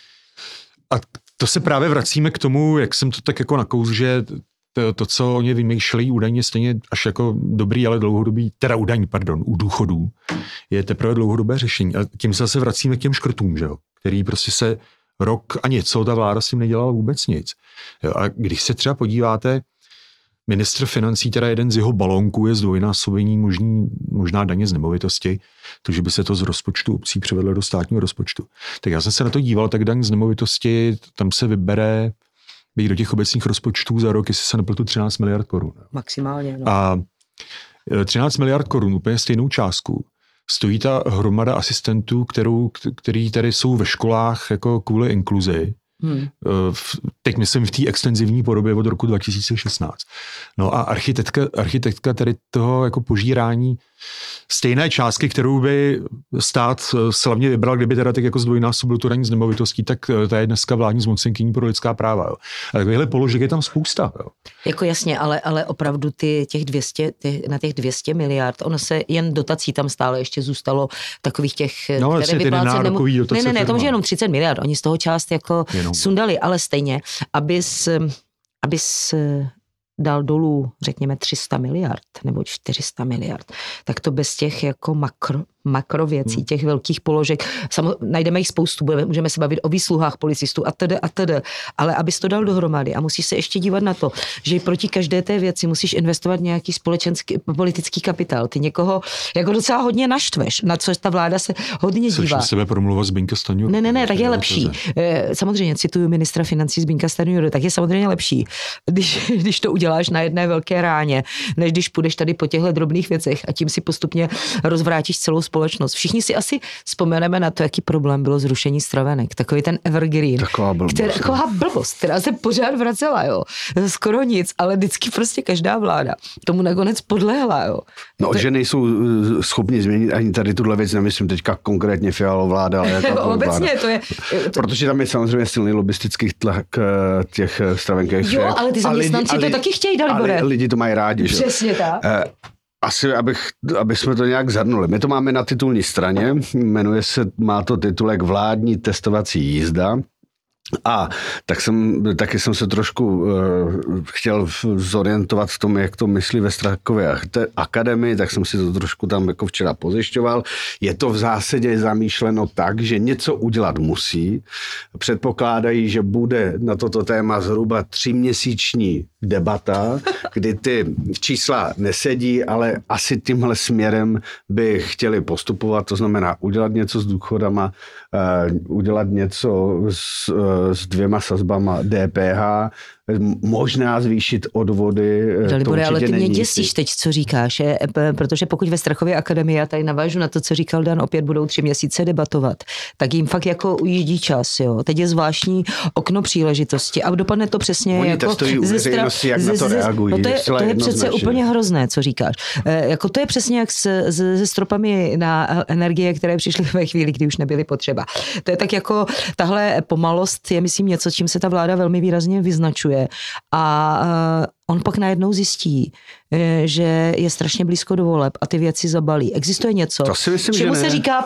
a to se právě vracíme k tomu, jak jsem to tak jako nakous, že to, co oni vymýšlejí údajně stejně až jako dobrý, ale dlouhodobý, u důchodů, je teprve dlouhodobé řešení. A tím se zase vracíme k těm škrtům, že jo? Který prostě se rok a něco, ta vláda s tím nedělala vůbec nic. Jo? A když se třeba podíváte, ministr financí, teda jeden z jeho balónků je zdvojnásobení možná daně z nemovitosti, to, že by se to z rozpočtu obcí převedlo do státního rozpočtu. Tak já jsem se na to díval, tak daň z nemovitosti, tam se vybere do těch obecních rozpočtů za rok, jestli se nepletu 13 miliard korun. Maximálně. No. A 13 miliard korun, úplně stejnou částku, stojí ta hromada asistentů, který tady jsou ve školách jako kvůli inkluzi. Teď myslím v té extenzivní podobě od roku 2016. No a architektka tady toho jako požírání stejné částky, kterou by stát slavně vybral, kdyby teda tak jako zdvojnásobil tu daň z nemovitostí, tak ta je dneska vládní zmocněnkyní pro lidská práva. Jo. A takovýhle položek je tam spousta. Jo. Jako jasně, ale opravdu na těch 200 miliard, ono se jen dotací tam stále ještě zůstalo takových těch, které vyplácet Ne, to může jenom 30 miliard, oni z toho část jako sundali, ale stejně, abys dal dolů, řekněme, 300 miliard nebo 400 miliard, tak to bez těch jako makro věcí, těch velkých položek, najdeme jich spoustu, můžeme se bavit o výsluhách policistů atd. Ale abys to dal dohromady a musíš se ještě dívat na to, že proti každé té věci musíš investovat nějaký společenský, politický kapitál. Ty někoho jako docela hodně naštveš, na co ta vláda se hodně dívá. Což sebe promluva Zbyňka Stanjura. Ne, tak je lepší. Samozřejmě cituju ministra financí Zbyňka Stanjura, tak je samozřejmě lepší, když to uděláš na jedné velké ráně, než když půjdeš tady po těchto drobných věcech a tím si postupně rozvrátíš celou společnost. Všichni si asi vzpomeneme na to, jaký problém bylo zrušení stravenek. Takový ten evergreen. Taková blbost, která se pořád vracela, jo. Skoro nic, ale vždycky prostě každá vláda tomu nakonec podlehla, jo. No, že nejsou schopni změnit ani tady tuhle věc, nemyslím teďka konkrétně Fialová vláda, ale jako obecně to je... Protože tam je samozřejmě silný lobistický tlak těch stravenkových firm. Jo, ale ty zaměstnanci to taky chtějí, Dalibore. Ale lidi to mají rádi, že? Přesně tak. Asi, aby jsme to nějak zhrnuli. My to máme na titulní straně, má to titulek Vládní testovací jízda. A taky jsem se trošku chtěl zorientovat v tom, jak to myslí ve Strakově akademii, tak jsem si to trošku tam jako včera pozjišťoval. Je to v zásadě zamýšleno tak, že něco udělat musí. Předpokládají, že bude na toto téma zhruba 3měsíční debata, kdy ty čísla nesedí, ale asi tímhle směrem by chtěli postupovat, to znamená udělat něco s důchodama, udělat něco s 2 sazbama DPH, možná zvýšit odvody. Dalibore, ale ty mě děsíš teď, co říkáš, protože pokud ve Strachově akademii, já tady navážu na to, co říkal Dan, opět budou 3 měsíce debatovat, tak jim fakt jako ujíždí čas, jo. Teď je zvláštní okno příležitosti a dopadne to přesně oni jako jak na to reagují. No to je přece úplně hrozné, co říkáš. Jako to je přesně jak se stropami na energie, které přišly ve chvíli, kdy už nebyly potřeba. To je tak jako tahle pomalost je, myslím, něco, čím se ta vláda velmi výrazně vyznačuje. A on pak najednou zjistí, že je strašně blízko do voleb a ty věci zabalí. Existuje něco, čemu se říká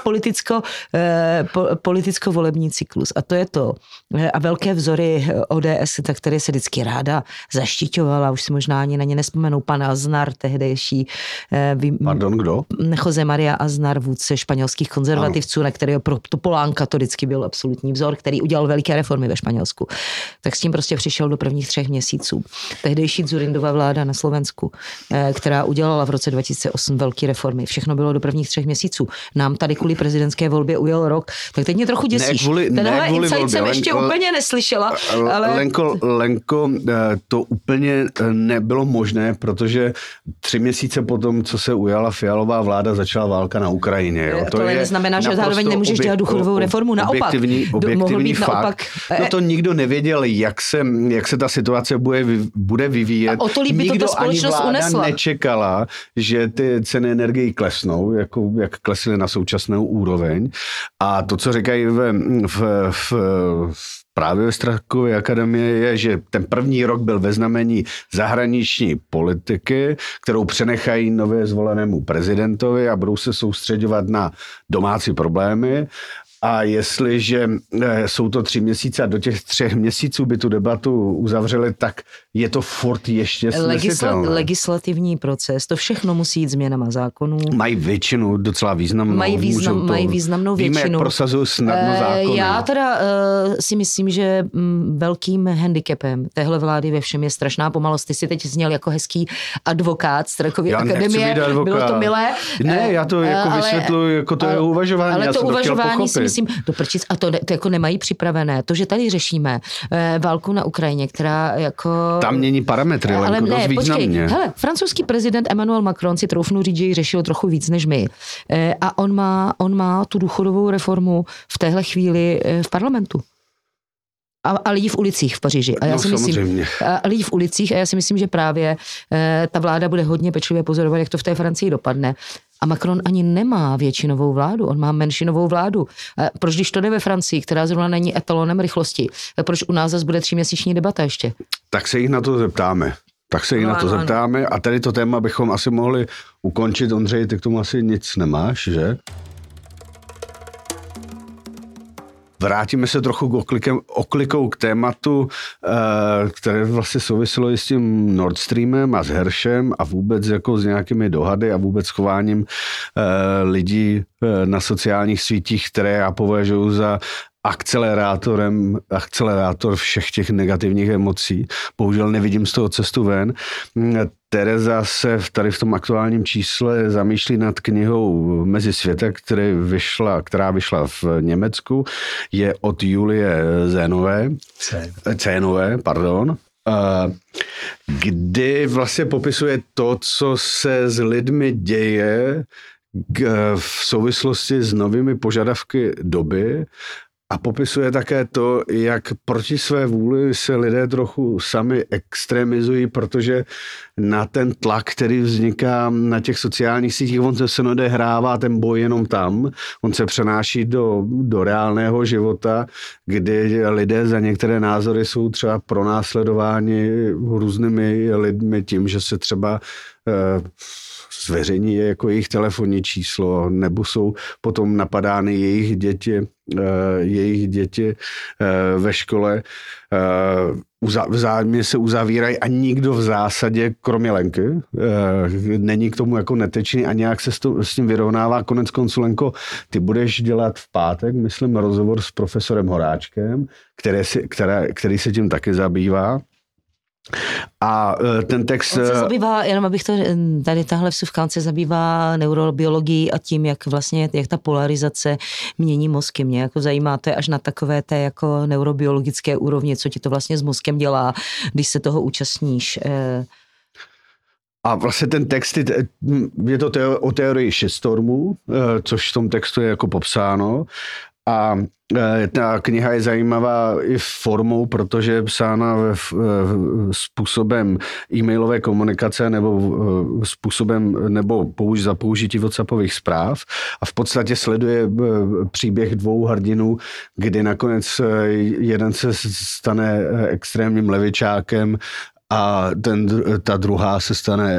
politicko-volební cyklus. A to je to. A velké vzory ODS, tak které se vždycky ráda zaštiťovala, už si možná ani na ně nespomenu, pan Aznar, tehdejší. Pardon, kdo? Jose Maria Aznar, vůdce španělských konzervativců, na kterého pro Topolánka to vždycky byl absolutní vzor, který udělal veliké reformy ve Španělsku. Tak s tím prostě přišel do prvních 3 měsíců. Tehdejší Dzurindova vláda na Slovensku, která udělala v roce 2008 velké reformy. Všechno bylo do prvních 3 měsíců. Nám tady kvůli prezidentské volbě ujel rok. Tak teď mě trochu děsíš. Tenhle insight jsem ještě úplně neslyšela. Ale... Lenko, to úplně nebylo možné, protože 3 měsíce potom, co se ujala Fialová vláda, začala válka na Ukrajině. Jo? To neznamená, že zároveň nemůžeš dělat důchodovou reformu. Naopak. Objektivní fakt. No to nikdo nevěděl, jak se ta situace bude vyvíjet. A o to líp by to ta společnost unesla. Nečekala, že ty ceny energií klesnou, jako jak klesly na současnou úroveň. A to, co říkají právě ve Strakově akademie, je, že ten první rok byl ve znamení zahraniční politiky, kterou přenechají nově zvolenému prezidentovi a budou se soustředovat na domácí problémy. A jestliže jsou to 3 měsíce a do těch 3 měsíců by tu debatu uzavřeli, tak je to furt ještě snesitelné. Legislativní proces, to všechno musí jít změnama zákonů. Mají většinu docela významnou. Mají významnou většinu. Víme, jak prosazují snadno zákony. Já teda si myslím, že velkým handicapem téhle vlády ve všem je strašná pomalost. Ty si teď zněl jako hezký advokát Strakovy akademie. Bylo to milé. Ne, já to vysvětluji, jako to je uvažování. Ale já to uvažování si myslím, myslím, do prčic, a to jako nemají připravené. To, že tady řešíme válku na Ukrajině, která jako... Tam mění parametry, ale dost významně. Hele, francouzský prezident Emmanuel Macron si troufnu říct, že ji řešil trochu víc než my. A on má tu důchodovou reformu v téhle chvíli v parlamentu. A lidi v ulicích v Paříži. A já si myslím, lidi v ulicích a já si myslím, že právě ta vláda bude hodně pečlivě pozorovat, jak to v té Francii dopadne. A Macron ani nemá většinovou vládu, on má menšinovou vládu. Proč, když to jde ve Francii, která zrovna není etalonem rychlosti, proč u nás zase bude 3měsíční debata ještě? Tak se jich na to zeptáme. Zeptáme a tady to téma bychom asi mohli ukončit. Ondřej, ty k tomu asi nic nemáš, že? Vrátíme se trochu oklikou k tématu, které vlastně souviselo i s tím Nord Streamem a s Heršem a vůbec jako s nějakými dohady a vůbec chováním lidí na sociálních sítích, které já považuji za akcelerátor všech těch negativních emocí. Bohužel nevidím z toho cestu ven. Tereza se tady v tom aktuálním čísle zamýšlí nad knihou Mezi světa, která vyšla v Německu. Je od Julie Cénové, kdy vlastně popisuje to, co se s lidmi děje, v souvislosti s novými požadavky doby a popisuje také to, jak proti své vůli se lidé trochu sami extremizují, protože na ten tlak, který vzniká na těch sociálních sítích, on se neodehrává ten boj jenom tam, on se přenáší do reálného života, kdy lidé za některé názory jsou třeba pronásledováni různými lidmi tím, že se třeba zveřejní jako jejich telefonní číslo, nebo jsou potom napadány jejich děti ve škole. Vzájemně se uzavírají a nikdo v zásadě, kromě Lenky, není k tomu jako netečný a nějak se s tím vyrovnává. Konec konců, Lenko, ty budeš dělat v pátek, myslím, rozhovor s profesorem Horáčkem, který se tím taky zabývá. A ten text... On se zabývá, jenom abych to, tady tahle vsuvka, on se zabývá neurobiologií a tím, jak vlastně, jak ta polarizace mění mozky. Mě jako zajímá, to je až na takové té jako neurobiologické úrovni, co ti to vlastně s mozkem dělá, když se toho účastníš. A vlastně ten text, je to o teorii shitstormů, což v tom textu je jako popsáno. A ta kniha je zajímavá i formou, protože je psána způsobem e-mailové komunikace nebo za použití WhatsAppových zpráv a v podstatě sleduje příběh dvou hrdinů, kdy nakonec jeden se stane extrémním levičákem a ta druhá se stane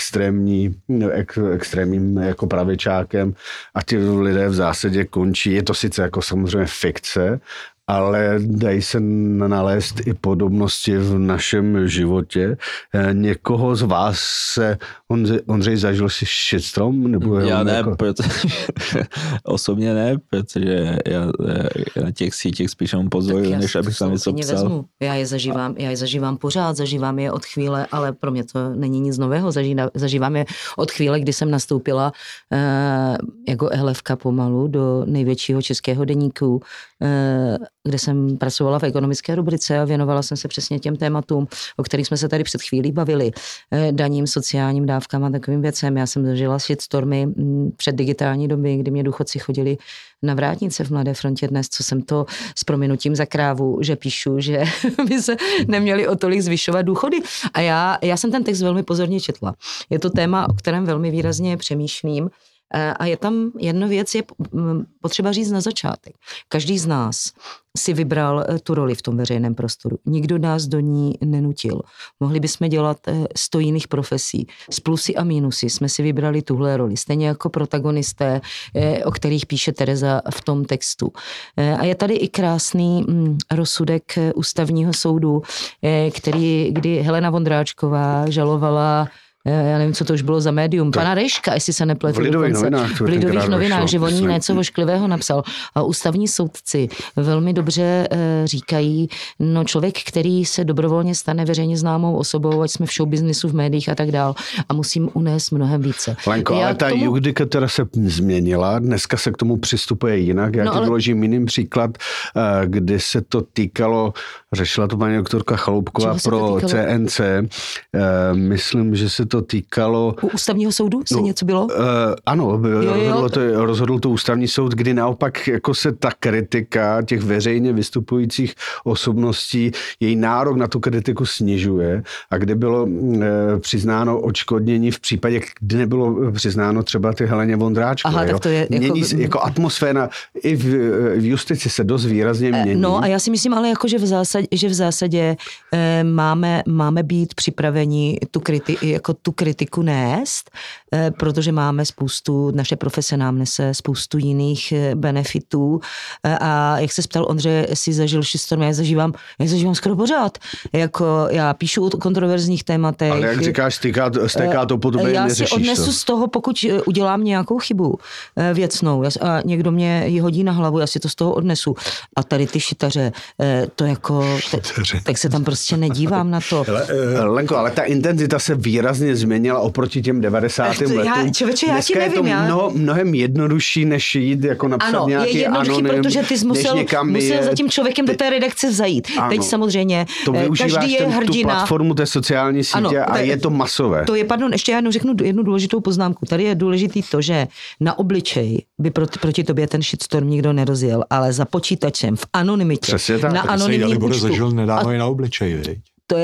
extrémním jako pravičákem a ti lidé v zásadě končí. Je to sice jako samozřejmě fikce, ale dají se nalézt i podobnosti v našem životě. Někoho z vás se, Ondřej, zažil si shitstorm? Nebo já ne, jako... protože osobně ne, protože já na těch sítích spíš jenom pozoruju, než abych tam něco psal. Vezmu. Já je zažívám pořád, zažívám je od chvíle, ale pro mě to není nic nového. Zažívám je od chvíle, kdy jsem nastoupila jako ehlevka pomalu do největšího českého deníku, kde jsem pracovala v ekonomické rubrice a věnovala jsem se přesně těm tématům, o kterých jsme se tady před chvílí bavili. Daním, sociálním dávkám a takovým věcem. Já jsem zažila shitstormy před digitální doby, kdy mě důchodci chodili na vrátnice v Mladé frontě dnes, co jsem to s prominutím za krávu, že píšu, že by se neměli o tolik zvyšovat důchody. A já jsem ten text velmi pozorně četla. Je to téma, o kterém velmi výrazně přemýšlím. A je tam jedna věc, je potřeba říct na začátek. Každý z nás si vybral tu roli v tom veřejném prostoru. Nikdo nás do ní nenutil. Mohli bychom dělat 100 jiných profesí. S plusy a mínusy jsme si vybrali tuhle roli. Stejně jako protagonisté, o kterých píše Tereza v tom textu. A je tady i krásný rozsudek ústavního soudu, kdy Helena Vondráčková žalovala, já nevím, co to už bylo za médium, pana Rejška, jestli se nepletu. V Lidových novinách, že on něco ošklivého napsal. A ústavní soudci velmi dobře říkají, no člověk, který se dobrovolně stane veřejně známou osobou, ať jsme v showbiznisu, v médiích a tak dál, a musím unést mnohem více. Lenko, ale ta judikatura se změnila, dneska se k tomu přistupuje jinak. Já ti doložím jiným příklad, kdy se to týkalo, řešila to paní doktorka Chaloupková pro CNC, myslím, že se to týkalo... U ústavního soudu se něco bylo? Ano, rozhodl to ústavní soud, kdy naopak jako se ta kritika těch veřejně vystupujících osobností, její nárok na tu kritiku snižuje a kdy bylo přiznáno odškodnění v případě, kdy nebylo přiznáno třeba ty Heleně Vondráčkové. Aha, tak to je jako atmosféra i v justici se dost výrazně mění. No a já si myslím ale jako, že v zásadě máme být připraveni tu kritiku nést, protože máme naše profese nám nese spoustu jiných benefitů a jak se ptal Ondře, jestli zažil shitstorm, já zažívám skoro pořád. Jako já píšu o kontroverzních tématech. Ale jak říkáš, stéká to po tobě, já neřešíš si odnesu to. Z toho, pokud udělám nějakou chybu věcnou a někdo mě ji hodí na hlavu, já si to z toho odnesu. A tady ty šitaře, to jako, tak se tam prostě nedívám na to. Lenko, ale ta intenzita se výrazně hodně změnila oproti těm 90. letům. Já ti nevím. Je to mnohem jednodušší, než jít jako napsat nějaký anonym. Ano, je jednoduchý, protože ty jsi musel za tím člověkem do té redakce zajít. Ano, teď samozřejmě to každý je hrdina. Tu platformu té sociální sítě a je to masové. To je, ještě já řeknu jednu důležitou poznámku. Tady je důležitý to, že na obličej by proti tobě ten shitstorm nikdo nerozjel, ale za počítačem v anonymitě. Přesně tak. Na anonymním účtu. Zažil nedávno i na obličeji, viď?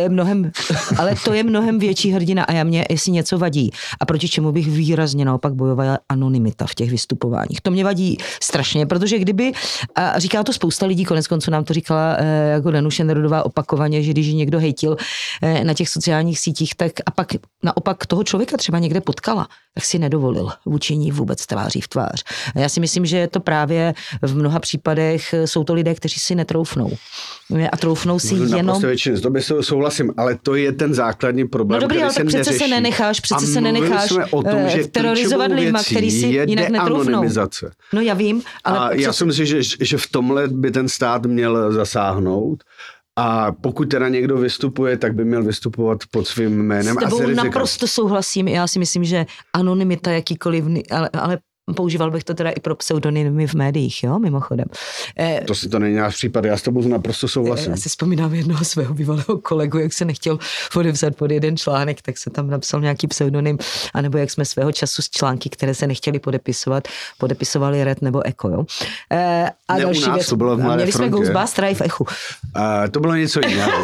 To je mnohem větší hrdina a jestli něco vadí. A proti čemu bych výrazně naopak bojovala anonymita v těch vystupováních. To mě vadí strašně, protože a říká to spousta lidí, koneckonců nám to říkala jako Danuše Nerudová opakovaně, že když někdo hejtil na těch sociálních sítích, tak a pak naopak toho člověka třeba někde potkala, tak si nedovolil vůči ní vůbec tváří v tvář. A já si myslím, že je to právě v mnoha případech jsou to lidé, kteří si netroufnou. A troufnou si jenom... S tobě souhlasím, ale to je ten základní problém, který se neřeší. Přece se nenecháš o tom, že terorizovat lidma, který si jinak netroufnou. No já vím, ale... A já si myslím, že v tomhle by ten stát měl zasáhnout. A pokud teda někdo vystupuje, tak by měl vystupovat pod svým jménem. S tebou naprosto souhlasím. Já si myslím, že anonymita jakýkoliv, ale používal bych to teda i pro pseudonymy v médiích, jo, mimochodem. To není náš případ, já s tebou naprosto souhlasím. Já si vzpomínám jednoho svého bývalého kolegu, jak se nechtěl podepsat pod jeden článek, tak se tam napsal nějaký pseudonym, anebo jak jsme svého času z články, které se nechtěli podepisovali Red nebo Eko, jo. A ne, další věc, to bylo v měli jsme Ghostbusters v Echu. To bylo něco jiného.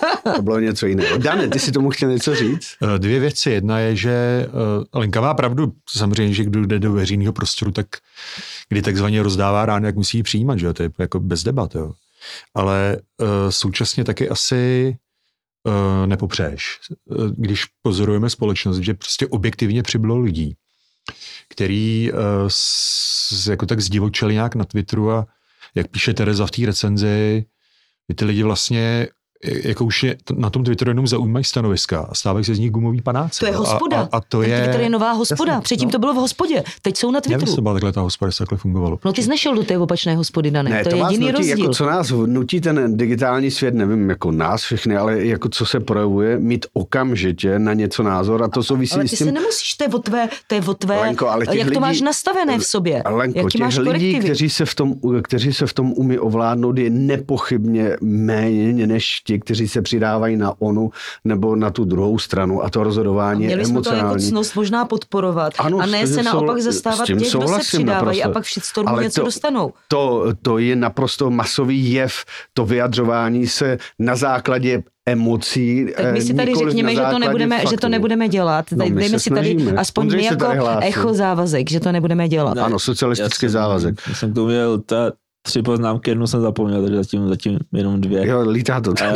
Dane, ty si tomu chtěl něco říct? Dvě věci. Jedna je, že Lenka má pravdu, samozřejmě, že kdo jde do veřejného prostoru, tak kdy takzvaně rozdává rány, jak musí ji přijímat, že to je jako bez debat, jo. Ale současně taky asi nepopřeješ, když pozorujeme společnost, že prostě objektivně přibylo lidí, který jako tak zdivočeli nějak na Twitteru a jak píše Tereza v té recenzi, ty lidi vlastně jako už na tom Twitteru jenom zaujímají stanoviska a stávají se z nich gumový panáci. To je hospoda. A to je... Twitter je nová hospoda. Jasně, předtím to bylo v hospodě. Teď jsou na Twitteru. Nevím, to byla takhle ta hospoda, že takhle fungovalo. No ty jsi nešel do té opačné hospody, Dane. Ne, to je jediný rozdíl. Jako, co nás nutí ten digitální svět, nevím, jako nás všechny, ale jako co se projevuje, mít okamžitě na něco názor a to souvisí ale s tím... Ale ty se nemusíš, to je o tvé, Lenko, jak lidí, to máš nastavené v sobě. Lenko, jaký máš lidí, kteří se v tom umí ovládnout, je nepochybně méně než ti, kteří se přidávají na onu nebo na tu druhou stranu a to rozhodování je emocionální. Měli jsme to jako ctnost možná podporovat a ne se naopak zastávat těch, kdo se přidávají naprosto. A pak v shitstormu něco dostanou. To je naprosto masový jev, to vyjadřování se na základě emocí. Tak my si tady řekněme, že to nebudeme dělat. Dejme si tady aspoň my jako Echo závazek, že to nebudeme dělat. Ano, socialistický závazek. Já jsem to měl 3 poznámky, jednu jsem zapomněl, takže zatím jenom 2. Jo, lítá to tady.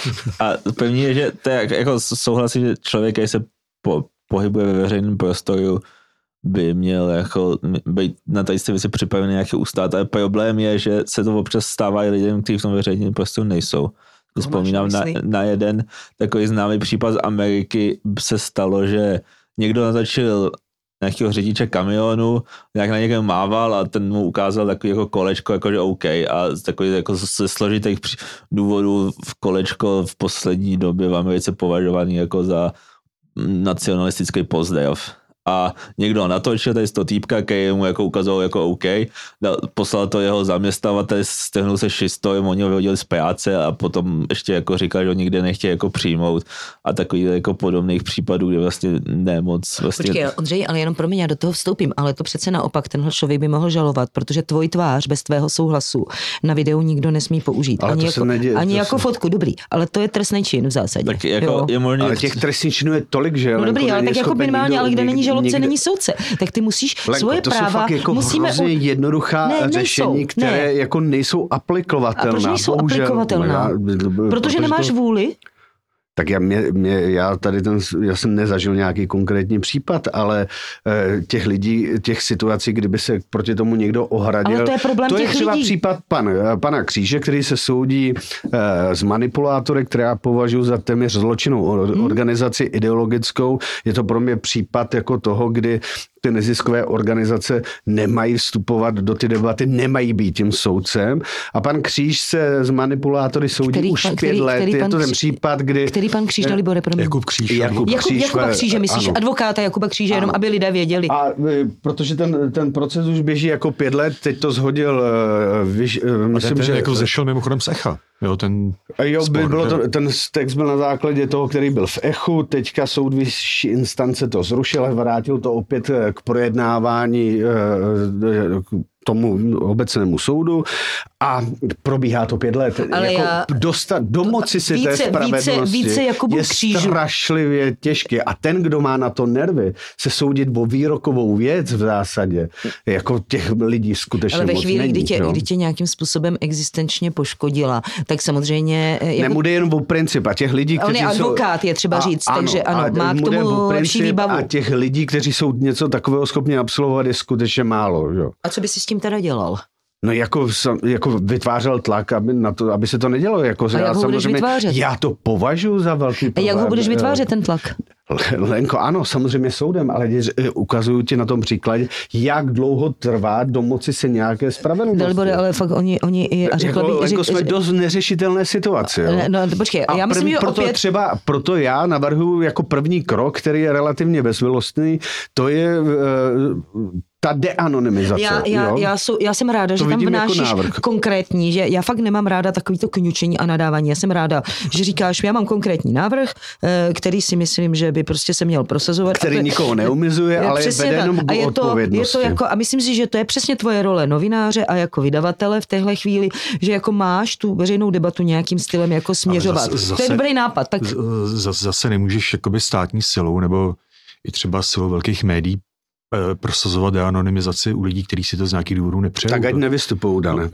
A první je, že to je, jako souhlasím, že člověk, který se pohybuje ve veřejném prostoru, by měl jako být na tady ty věci připravený nějaký ustát, ale problém je, že se to občas stává i lidem, kteří v tom veřejném prostoru nejsou. Vzpomínám na jeden takový známý případ z Ameriky, se stalo, že někdo naznačil nějakého řidiče kamionu, nějak na někoho mával a ten mu ukázal takový jako kolečko, jakože OK. A takový jako ze složitých důvodů v kolečko v poslední době v Americe považovaný jako za nacionalistický pozdrav. A někdo natočil tady z toho týpka, který mu jako ukazoval jako OK, poslal to jeho zaměstnavatel, stehnul se šistorem, oni ho vyhodili z práce a potom ještě jako říkal, že ho nikde nechtějí jako přijmout a takový jako podobných případů, kde vlastně nemoc. Vlastně... Počkej, Ondřej, ale jenom promiň, já do toho vstoupím, ale to přece naopak, tenhle člověk by mohl žalovat, protože tvoji tvář bez tvého souhlasu na videu nikdo nesmí použít. Ale ani jako fotku, dobrý, ale to je trestný čin v zásadě. Tak jako je možný... Ale těch trestných činů je tolik, že? No dobrý, ale tak jako minimálně, ale kde není žalobce, není soudce. Tak ty musíš svoje to práva... To jsou fakt jako hrozně jednoduchá řešení, které jako nejsou aplikovatelná. A proč nejsou aplikovatelná? Protože nemáš vůli? Tak já jsem nezažil nějaký konkrétní případ, ale těch lidí, těch situací, kdyby se proti tomu někdo ohradil. Ale to je problém těch lidí. To je třeba případ pana Kříže, který se soudí s manipulátory, které já považuji za téměř zločinnou organizaci ideologickou. Je to pro mě případ jako toho, kdy ty neziskové organizace nemají vstupovat do ty debaty, nemají být tím soudcem. A pan Kříž se s manipulátory soudí už 5 let. Je to ten případ, kdy... Který pan Kříž, Dalibore, promiň? Jakub Kříž. Jakuba Kříže, myslíš? Ano. Advokáta Jakuba Kříže, jenom aby lidé věděli. A protože ten proces už běží jako 5 let, teď to zhodil, myslím, že... jako zešel mimochodem z Echa. Jo, ten ten text byl na základě toho, který byl v Echu, teďka soud vyšší instance to zrušil a vrátil to opět k projednávání tomu obecnému soudu a probíhá to 5 let. Ale jako dostat, domoci si té spravedlnosti je strašlivě těžké a ten, kdo má na to nervy, se soudit o výrokovou věc v zásadě, jako těch lidí skutečně moc není. Ale ve chvíli, kdy tě nějakým způsobem existenčně poškodila, tak samozřejmě... Nemu jde jenom o princip a těch lidí, kteří jsou... On je advokát, je třeba říct, takže ano, má k tomu lepší výbavu. A těch lidí, kteří jsou něco takového schopni absolvovat, je skutečně málo. Jo. A co by si s tím teda dělal? No jako vytvářel tlak, aby se to nedělo. Jako, a jak ho budeš vytvářet? Já to považuji za velký problém. A jak ho budeš vytvářet ten tlak? Lenko, ano, samozřejmě soudem, ale ukazuju ti na tom příkladě, jak dlouho trvá domoci se nějaké spravedlnosti. Dalibore, ale fakt oni a řekla jako, Lenko, jsme dost neřešitelné situaci. Jo? No, počkej, já myslím, že opět... Proto já navrhuji jako první krok, který je relativně bezmilostný, to je... ta deanonymizace. Já jsem ráda, že tam vnášíš jako konkrétní, že já fakt nemám ráda takovýto kňučení a nadávání. Já jsem ráda, že říkáš, já mám konkrétní návrh, který si myslím, že by prostě se měl prosazovat. Který nikoho neumizuje, ale vede jenom k odpovědnosti. A myslím si, že to je přesně tvoje role novináře a jako vydavatele v téhle chvíli, že jako máš tu veřejnou debatu nějakým stylem jako směřovat. To je dobrý nápad. Tak... Zase nemůžeš jakoby státní silou nebo i třeba silou velkých médií prosazovat deanonymizaci u lidí, kteří si to z nějakých důvodů nepřejou. Tak ať nevystupují, Dane.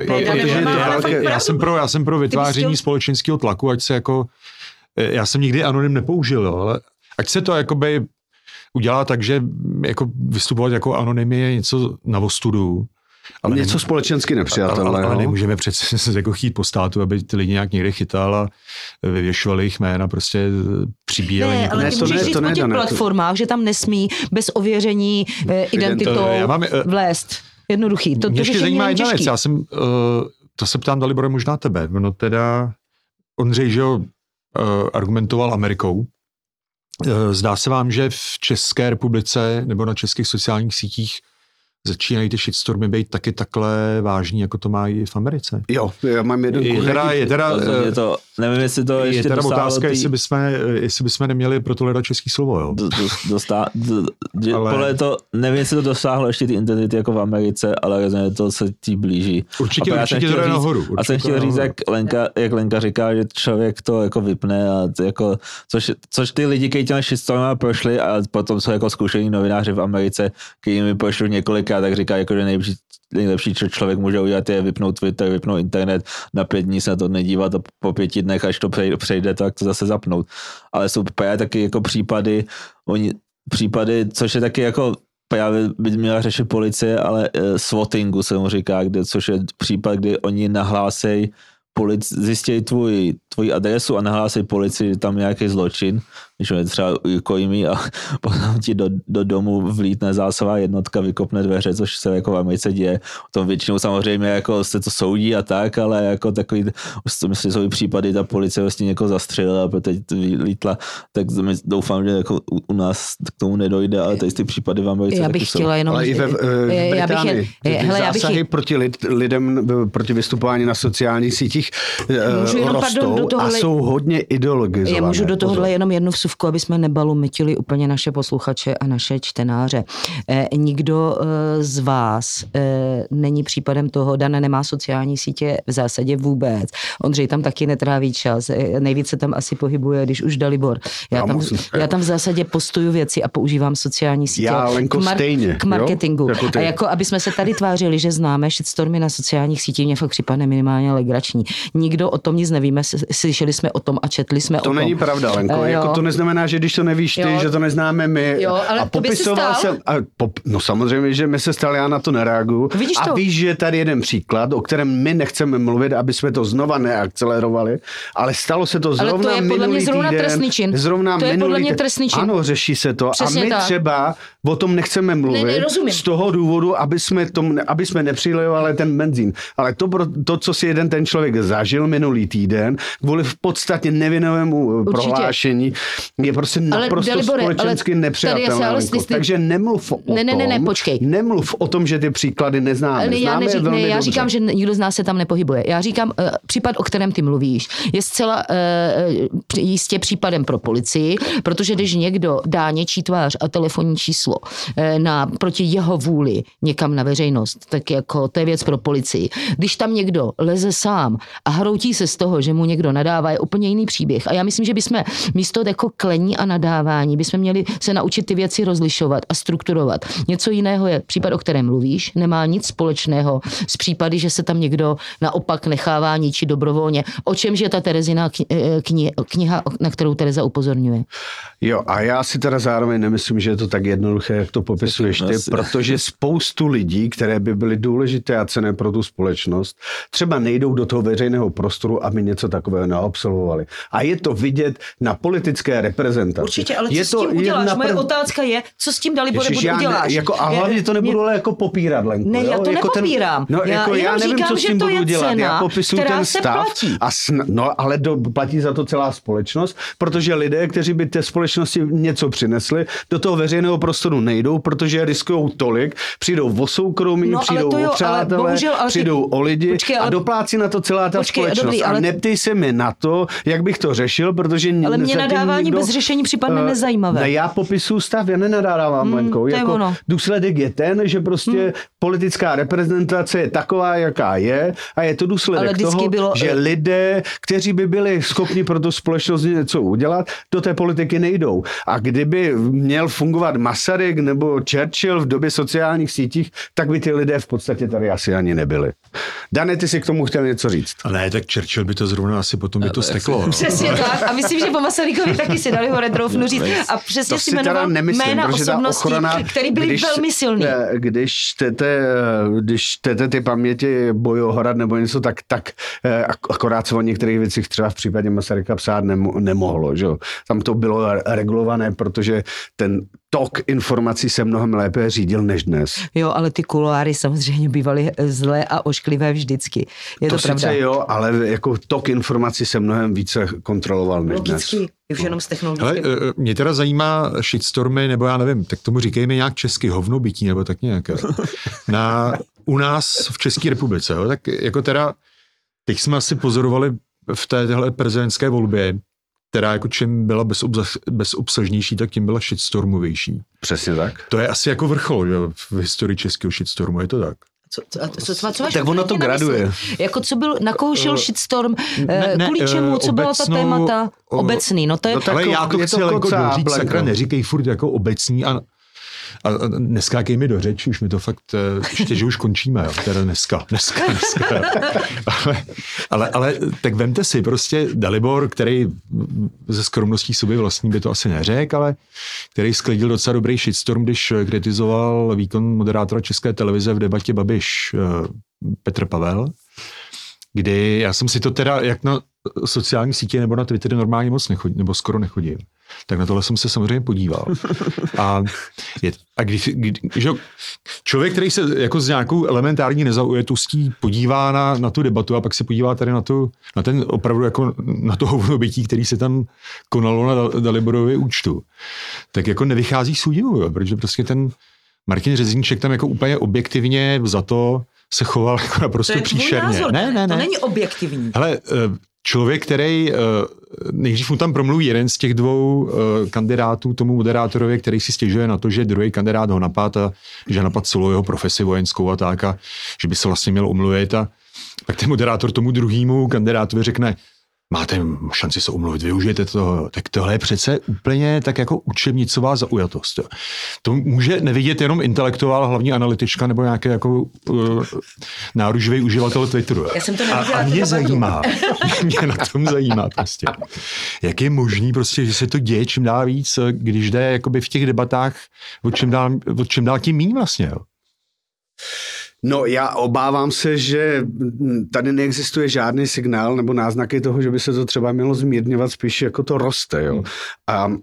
Já jsem pro vytváření společenského tlaku, ať se jako... Já jsem nikdy anonym nepoužil, ale ať se to jakoby udělá tak, že jako vystupovat jako anonym je něco na ostudu. Ale něco společensky nepřijatelného. Ale nemůžeme přece jako chtít po státu, aby ty lidi nějak někde chytal a vyvěšovali jejich jména, prostě přibíjeli. Ne, ale ty můžeš říct po těch platformách, že tam nesmí bez ověření identitou vlézt. Jednoduchý. To mě ještě zajímá jedna věc. Já jsem, to se ptám, Dalibore, možná tebe. No teda Ondřej, že argumentoval Amerikou. Zdá se vám, že v České republice nebo na českých sociálních sítích začínají ty shitstormy být taky takhle vážní, jako to má i v Americe. Jo, já mám jeden nevím, jestli to ještě je otázka, jestli bychom neměli proto hledat český slovo, jo. Podle to, nevím, jestli to dosáhlo ještě ty internety jako v Americe, ale to se tí blíží. Určitě to jde nahoru. A jsem chtěl říct, jak Lenka říká, že člověk to jako vypne a to jako, což ty lidi, kteří těmi shitstormy prošli a potom jsou jako zkušení novináři v Americe, kteří mi prošli několikrát, tak říká, jako, že nejlepší, co člověk může udělat, je vypnout Twitter, vypnout internet, na 5 dní se na to nedívat a po 5 dnech, až to přejde, tak to zase zapnout. Ale jsou právě taky jako případy, což je taky jako právě by měla řešit policie, ale swattingu se mu říká, což je případ, kdy oni nahlásí zjistějí tvoji adresu a nahlásí policii, že tam nějaký zločin, když je třeba rukojmí a potom ti do domu vlítne zásahová jednotka, vykopne dveře, což se jako v Americe děje. O tom většinou samozřejmě jako se to soudí a tak, ale jako takový, myslím, jsou i případy, ta policie vlastně někoho zastřelila a teď vlítla, tak doufám, že jako u nás k tomu nedojde, ale tady ty případy v Americe já bych chtěla jenom... Ale i v Británii. Zásahy proti lidem, proti vystupování na sociálních sítích rostou a jsou hodně ideologizované. Já můžu do tohohle jenom jednu vsuvku, aby jsme nebalumytili úplně naše posluchače a naše čtenáře. Nikdo z vás není případem toho, Dana nemá sociální sítě v zásadě vůbec. Ondřej tam taky netráví čas. Nejvíce tam asi pohybuje, když už Dalibor. Já tam v zásadě postuju věci a používám sociální sítě k marketingu. Jo? A jako, aby jsme se tady tvářili, že známe shitstormy na sociálních sítích, mě fakt připadne minimálně legrační. Nikdo o tom nic nevíme, slyšeli jsme o tom a četli jsme o tom. To není pravda, Lenko. Jako to neznamená, že když to nevíš ty, že to neznáme my. Jo, ale a popisoval jsem. No samozřejmě, že mi se stalo, já na to nereaguju. A víš, že je tady jeden příklad, o kterém my nechceme mluvit, aby jsme to znova neakcelerovali, ale stalo se to zrovna minulý týden. To je podle mě trestný čin. Zrovna to je podle mě trestný čin. Ano, řeší se to. Přesně a my tak. třeba o tom nechceme mluvit z toho důvodu, aby jsme nepřilejovali ten benzín. Ale to, co si jeden ten člověk zažil minulý týden, kvůli v podstatě nevinovému prohlášení, je prostě naprosto společensky nepřijatelné. Takže nemluv o tom, nemluv o tom, že ty příklady neznáme. Já říkám, že nikdo z nás se tam nepohybuje. Já říkám, případ, o kterém ty mluvíš, je zcela jistě případem pro policii, protože když někdo dá něčí tvář a telefonní číslo proti jeho vůli někam na veřejnost, tak jako to je věc pro policii. Když tam někdo leze sám a hroutí se z toho, že mu někdo nadává, je úplně jiný příběh. A já myslím, že bychom místo jako klení a nadávání bychom měli se naučit ty věci rozlišovat a strukturovat. Něco jiného je případ, o kterém mluvíš, nemá nic společného s případy, že se tam někdo naopak nechává ničit dobrovolně. O čemž je ta Terezina kniha, na kterou Tereza upozorňuje. Jo, a já si teda zároveň nemyslím, že je to tak jednoduché, jak to popisuješ ty, protože spoustu lidí, které by byly důležité a cenné pro tu společnost, třeba nejdou do toho veřejného prostoru, aby něco takového neabsolvovali. A je to vidět na politické reprezentaci. Určitě, ale co s tím uděláš? Moje otázka je, co s tím Daliborem uděláš? A hlavně to nebudu ale jako popírat, Lenko. Ne, já to nepopírám. Já nevím, říkám, co s tím budu dělat. Já popisuju ten stav. Ale platí za to celá společnost, protože lidé, kteří by té společnosti něco přinesli, do toho veřejného prostoru nejdou, protože riskujou tolik, přijdou o soukromí, přijdou o přátelé, přijdou o lidi a doplácí na to celá ta společnost. A neptej se mi na to, jak bych to řešil, protože ale mě nadávání bez řešení připadne nezajímavé. Já popisuju stav, já nenadávám, Lenko. Jako důsledek je ten, že prostě politická reprezentace je taková, jaká je a je to důsledek toho, že lidé, kteří by byli schopni pro tu společnost něco udělat, do té politiky nejdou. A kdyby měl fungovat Masaryk nebo Churchill v době sociálních sítích, tak by ty lidé v podstatě tady asi ani nebyli. Dane, ty si k tomu chtěl něco říct? A ne, tak Churchill by to zrovna asi potom by to steklo. Přesně tak. A myslím, že po Masarykovi taky si dali ho retroufnu říct. A přesně si jmenoval jména osobností, které byly velmi silný. Když čtete ty paměti Bojohrad nebo něco, tak akorát se o některých věcích třeba v případě Masaryka psát nemohlo. Že? Tam to bylo regulované, protože ten tok informací se mnohem lépe řídil než dnes. Jo, ale ty kuloáry samozřejmě bývaly zlé a ošklivé vždycky. Je to pravda. Sice jo, ale jako tok informací se mnohem více kontroloval než dnes. Už jenom z technologií. Mě teda zajímá shitstormy, nebo já nevím, tak tomu říkejme nějak česky, hovnobytí, nebo tak nějak. U nás v České republice, jo, tak jako teda, teď jsme asi pozorovali v téhle prezidentské volbě, která jako čím byla bezobsažnější, tak tím byla shitstormovější. Přesně tak. To je asi jako vrchol, že v historii českého shitstormu, je to tak. Co tak ono to graduje. Jako co byl, na koho šel shitstorm, kvůli čemu, co byla ta témata? Obecný, no to je... Ale já to chci jako doříct, sakra, neříkej furt jako obecný a neskákej mi do řeči, už mi to fakt, ještě, že už končíme, jo, teda dneska. ale tak vemte si prostě Dalibor, který ze skromností sobě vlastní by to asi neřekl, ale který sklidil docela dobrý shitstorm, když kritizoval výkon moderátora České televize v debatě Babiš Petr Pavel, kdy já jsem si to teda, jak na sociální sítě nebo na Twitteru normálně moc nechodím, nebo skoro nechodím. Tak na tohle jsem se samozřejmě podíval. A když člověk, který se jako s nějakou elementární nezaujatostí podívá na tu debatu a pak se podívá tady na ten opravdu jako na to hovnobytí, který se tam konalo na Daliborově účtu, tak jako nevychází z údivu, protože prostě ten Martin Řezníček tam jako úplně objektivně za to se choval jako naprosto příšerně. Názor, ne. To není objektivní. Hele, člověk, který nejdřív mu tam promluví jeden z těch dvou kandidátů tomu moderátorovi, který si stěžuje na to, že druhý kandidát ho napad a že napad celou jeho profesi vojenskou a tak a že by se vlastně měl omluvit a pak ten moderátor tomu druhému kandidátovi řekne, máte šanci se omluvit, využijete toho. Tak tohle je přece úplně tak jako učebnicová zaujatost. Jo. To může nevidět jenom intelektuál, hlavní analytička nebo nějaký jako náruživý uživatel Twitteru. Já jsem to a mě zajímá, mě na tom zajímá prostě. Jak je možný prostě, že se to děje čím dál víc, když jde jakoby v těch debatách od čím dál tím míň vlastně. Jo. No já obávám se, že tady neexistuje žádný signál nebo náznaky toho, že by se to třeba mělo zmírňovat, spíš jako to roste. Jo? A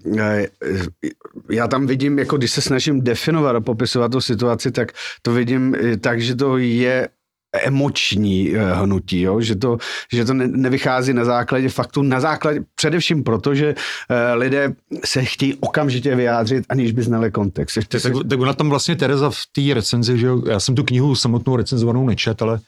já tam vidím, jako když se snažím definovat a popisovat tu situaci, tak to vidím tak, že to je emoční hnutí, jo? Že to nevychází na základě faktů, na základě především proto, že lidé se chtějí okamžitě vyjádřit, aniž by znali kontext. Tak ona tam vlastně Tereza v té recenzi, že jo, já jsem tu knihu samotnou recenzovanou nečet, ale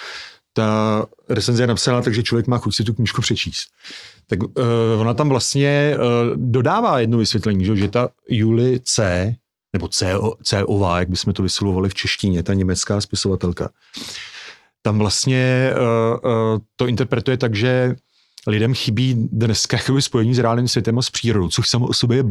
ta recenze je napsaná, takže člověk má chuť si tu knížku přečíst. Tak ona tam vlastně dodává jedno vysvětlení, že ta Julie C., nebo C.O.V., jak bychom to vyslovovali v češtině, ta německá spisovatelka, tam vlastně to interpretuje tak, že lidem chybí dneska spojení s reálným světem a s přírodou, což samo o sobě je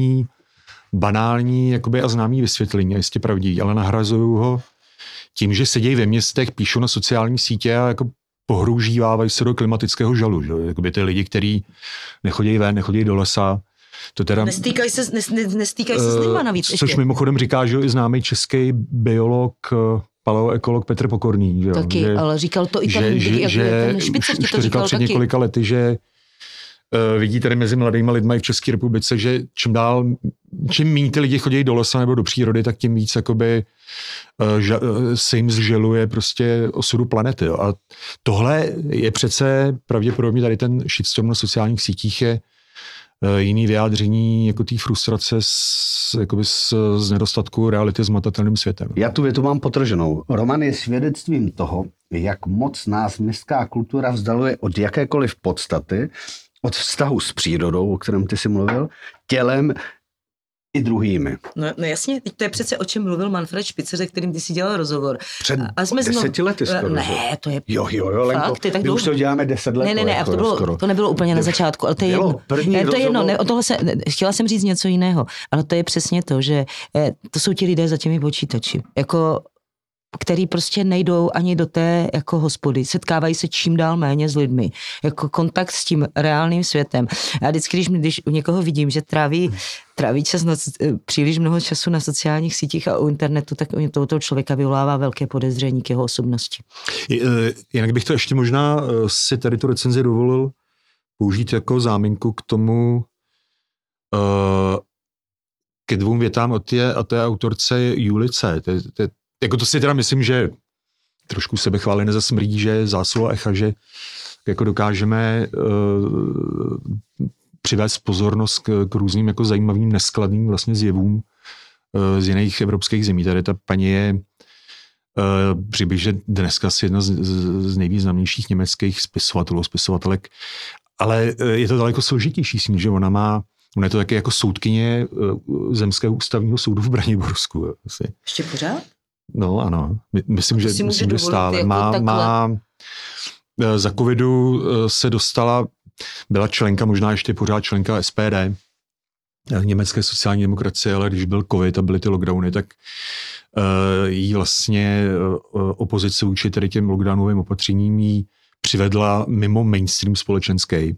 banální jakoby a známý vysvětlení, a jistě pravdivý, ale nahrazují ho tím, že sedějí ve městech, píšou na sociální sítě a jako pohroužívávají se do klimatického žalu. Že? Jakoby ty lidi, kteří nechodí ven, nechodí do lesa. To teda, nestýkají se s nima navíc. Což ještě. Mimochodem říká, že i známý český biolog, paleoekolog Petr Pokorný. Že, taky, že, ale říkal to i ten Špicer ti to říkal před taky. několika lety, že vidí tady mezi mladými lidmi v České republice, že čím méně ty lidi chodí do lesa nebo do přírody, tak tím víc jakoby se jim zželuje prostě osudu planety. Jo. A tohle je přece pravděpodobně tady ten shitstorm na sociálních sítích je jiný vyjádření jako té frustrace z nedostatku reality s matatelným světem. Já tu větu mám potrženou. Roman je svědectvím toho, jak moc nás městská kultura vzdaluje od jakékoliv podstaty, od vztahu s přírodou, o kterém ty jsi mluvil, tělem i druhými. No jasně, teď to je přece o čem mluvil Manfred Špicer, se kterým ty si dělal rozhovor. Před 10 lety skoro. Ne, to je... Jo, Lenko, fakt, my už to děláme 10 let. Ne, to nebylo úplně na začátku, ale to je jedno. To je jedno, o tohle chtěla jsem říct něco jiného, ale to je přesně to, že to jsou ti lidé za těmi počítači. Jako který prostě nejdou ani do té jako hospody, setkávají se čím dál méně s lidmi, jako kontakt s tím reálným světem. Já vždycky, když u někoho vidím, že tráví příliš mnoho času na sociálních sítích a u internetu, tak u toho člověka vyvolává velké podezření k jeho osobnosti. Jinak bych to ještě možná si tady tu recenzi dovolil použít jako záminku k tomu ke 2 větám od té autorce Julice. Jako to si teda myslím, že trošku sebechvály nezasmrdí, že zásluha Echa, že jako dokážeme přivést pozornost k různým jako zajímavým, neskladným vlastně zjevům z jiných evropských zemí. Tady ta paní je přibližně dneska jedna z nejvýznamnějších německých spisovatelek, ale je to daleko složitější s ní, že ona je to taky jako soudkyně Zemského ústavního soudu v Braniborsku. Ještě pořád? No ano, myslím, že stále. Má za covidu se dostala, byla členka, možná ještě pořád členka SPD, německé sociální demokracie, ale když byl covid a byly ty lockdowny, tak jí vlastně opozice vůči tady těm lockdownovým opatřením jí přivedla mimo mainstream společenský.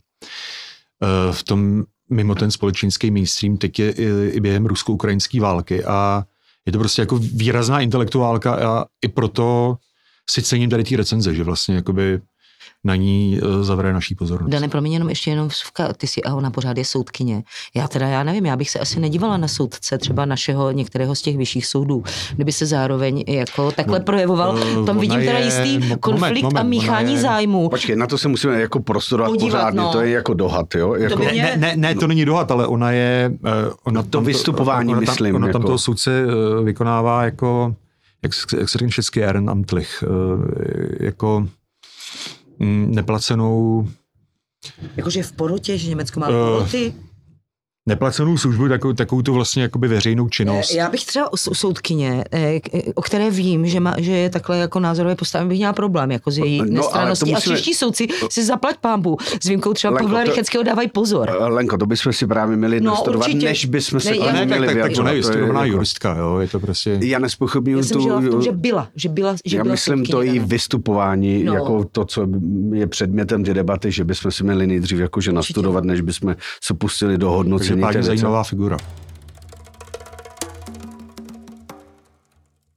Mimo ten společenský mainstream teď je i během rusko-ukrajinské války a je to prostě jako výrazná intelektuálka a i proto si cením tady té recenze, že vlastně jakoby na ní zavraje naší pozornost. Dane, promiň, jenom vsuvka, ty si a ona pořád je soudkyně. Já nevím, já bych se asi nedívala na soudce třeba některého z těch vyšších soudů, kdyby se zároveň jako takhle projevoval. Tam vidím teda jistý konflikt a míchání zájmů. Počkej, na to se musíme jako prostudovat pořádně, to je jako dohad, jo? Jako... Ne, to není dohad, ale ona je... to vystupování, myslím. Ona tam toho soudce vykonává jako, jak se řekne český Ehrenamtlich, jako neplacenou... Jakože v porotě, že Německo má poroty? Neplacenou službu, takovou tu vlastně jakoby veřejnou činnost. Já bych třeba u soudkyně, o které vím, že je takhle jako názorově postaven, bych měla problém jako s její nestranností. A čeští soudci si zaplať pánbu. S výjimkou třeba Pavla Rycheckého dávají pozor. Lenko, to bychom si právě měli dostudovat, než bychom se měli vyjadřovat. Tak ona je studovaná juristka, jo, je to prostě... Já nespochybnuju tu... že byla Já myslím to i vystupování, jako to, co je předmětem ty debaty, že bychom si měli nejdřív jakože nastudovat, než bychom se pustili do hodnocení. Zajímavá figura.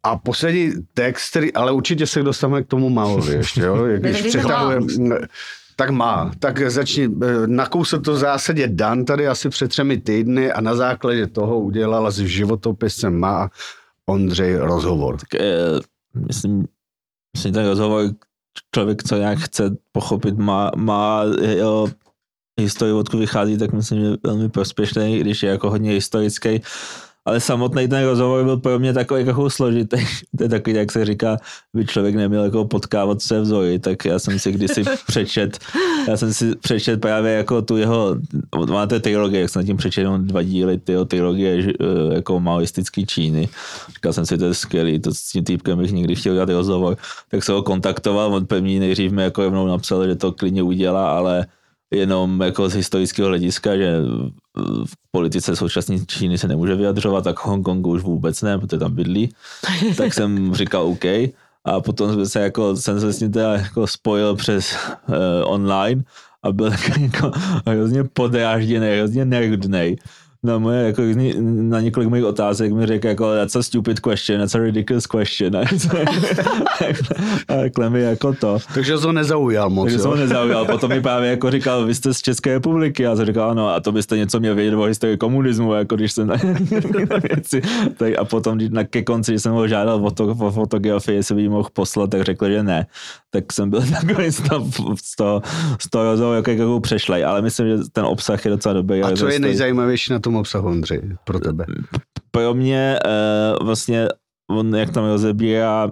A poslední text, který, ale určitě se dostaneme k tomu Maovi ještě, jo? Když přetahujeme, tak má. Tak začni, nakousl to v zásadě Dan tady asi před 3 týdny a na základě toho udělala s životopisem Má Ondřej rozhovor. Tak myslím, ten rozhovor člověk, co nějak chce pochopit, má jeho historii, odkud vychází, tak myslím, že je velmi prospěšný, když je jako hodně historický. Ale samotný ten rozhovor byl pro mě takový jako složitý. To je takový, jak se říká, by člověk neměl jako potkávat své vzory, tak já jsem si kdysi přečet právě jako tu jeho, máte trilogie, jak jsem na tím přečet jenom 2 díly, tyho trilogie jako maoistický Číny. Říkal jsem si, to je skvělý, to s tím týpkem bych nikdy chtěl dělat rozhovor. Tak se ho kontaktoval, on první nejdřív mi jako rovnou napsal, že to klidně udělá, ale jenom jako z historického hlediska, že v politice současné Číny se nemůže vyjadřovat, tak Hongkongu už vůbec ne, protože tam bydlí. Tak jsem říkal OK. A potom jsem se s ním teda jako spojil přes online a byl jako hrozně podrážděný, hrozně nerudnej. Na několik mých otázek mi řekl jako that's a stupid question, that's a ridiculous question. A takhle mi jako to. Takže to nezaujal moc. Takže jsem ho nezaujal. Potom mi právě jako říkal, vy jste z České republiky. Já jsem říkal, ano, a to byste něco měl vědět o historii komunismu, jako když jsem na věci. A potom ke konci, když jsem ho žádal o fotografii, jestli by jí mohl poslat, tak řekl, že ne. Tak jsem byl takový z toho rozhovoru jako přešlej, ale myslím, že ten obsah je docela dobrý. A co je nejzajímavější na tom obsahu, Ondřej, pro tebe? Pro mě vlastně on, jak tam rozebírá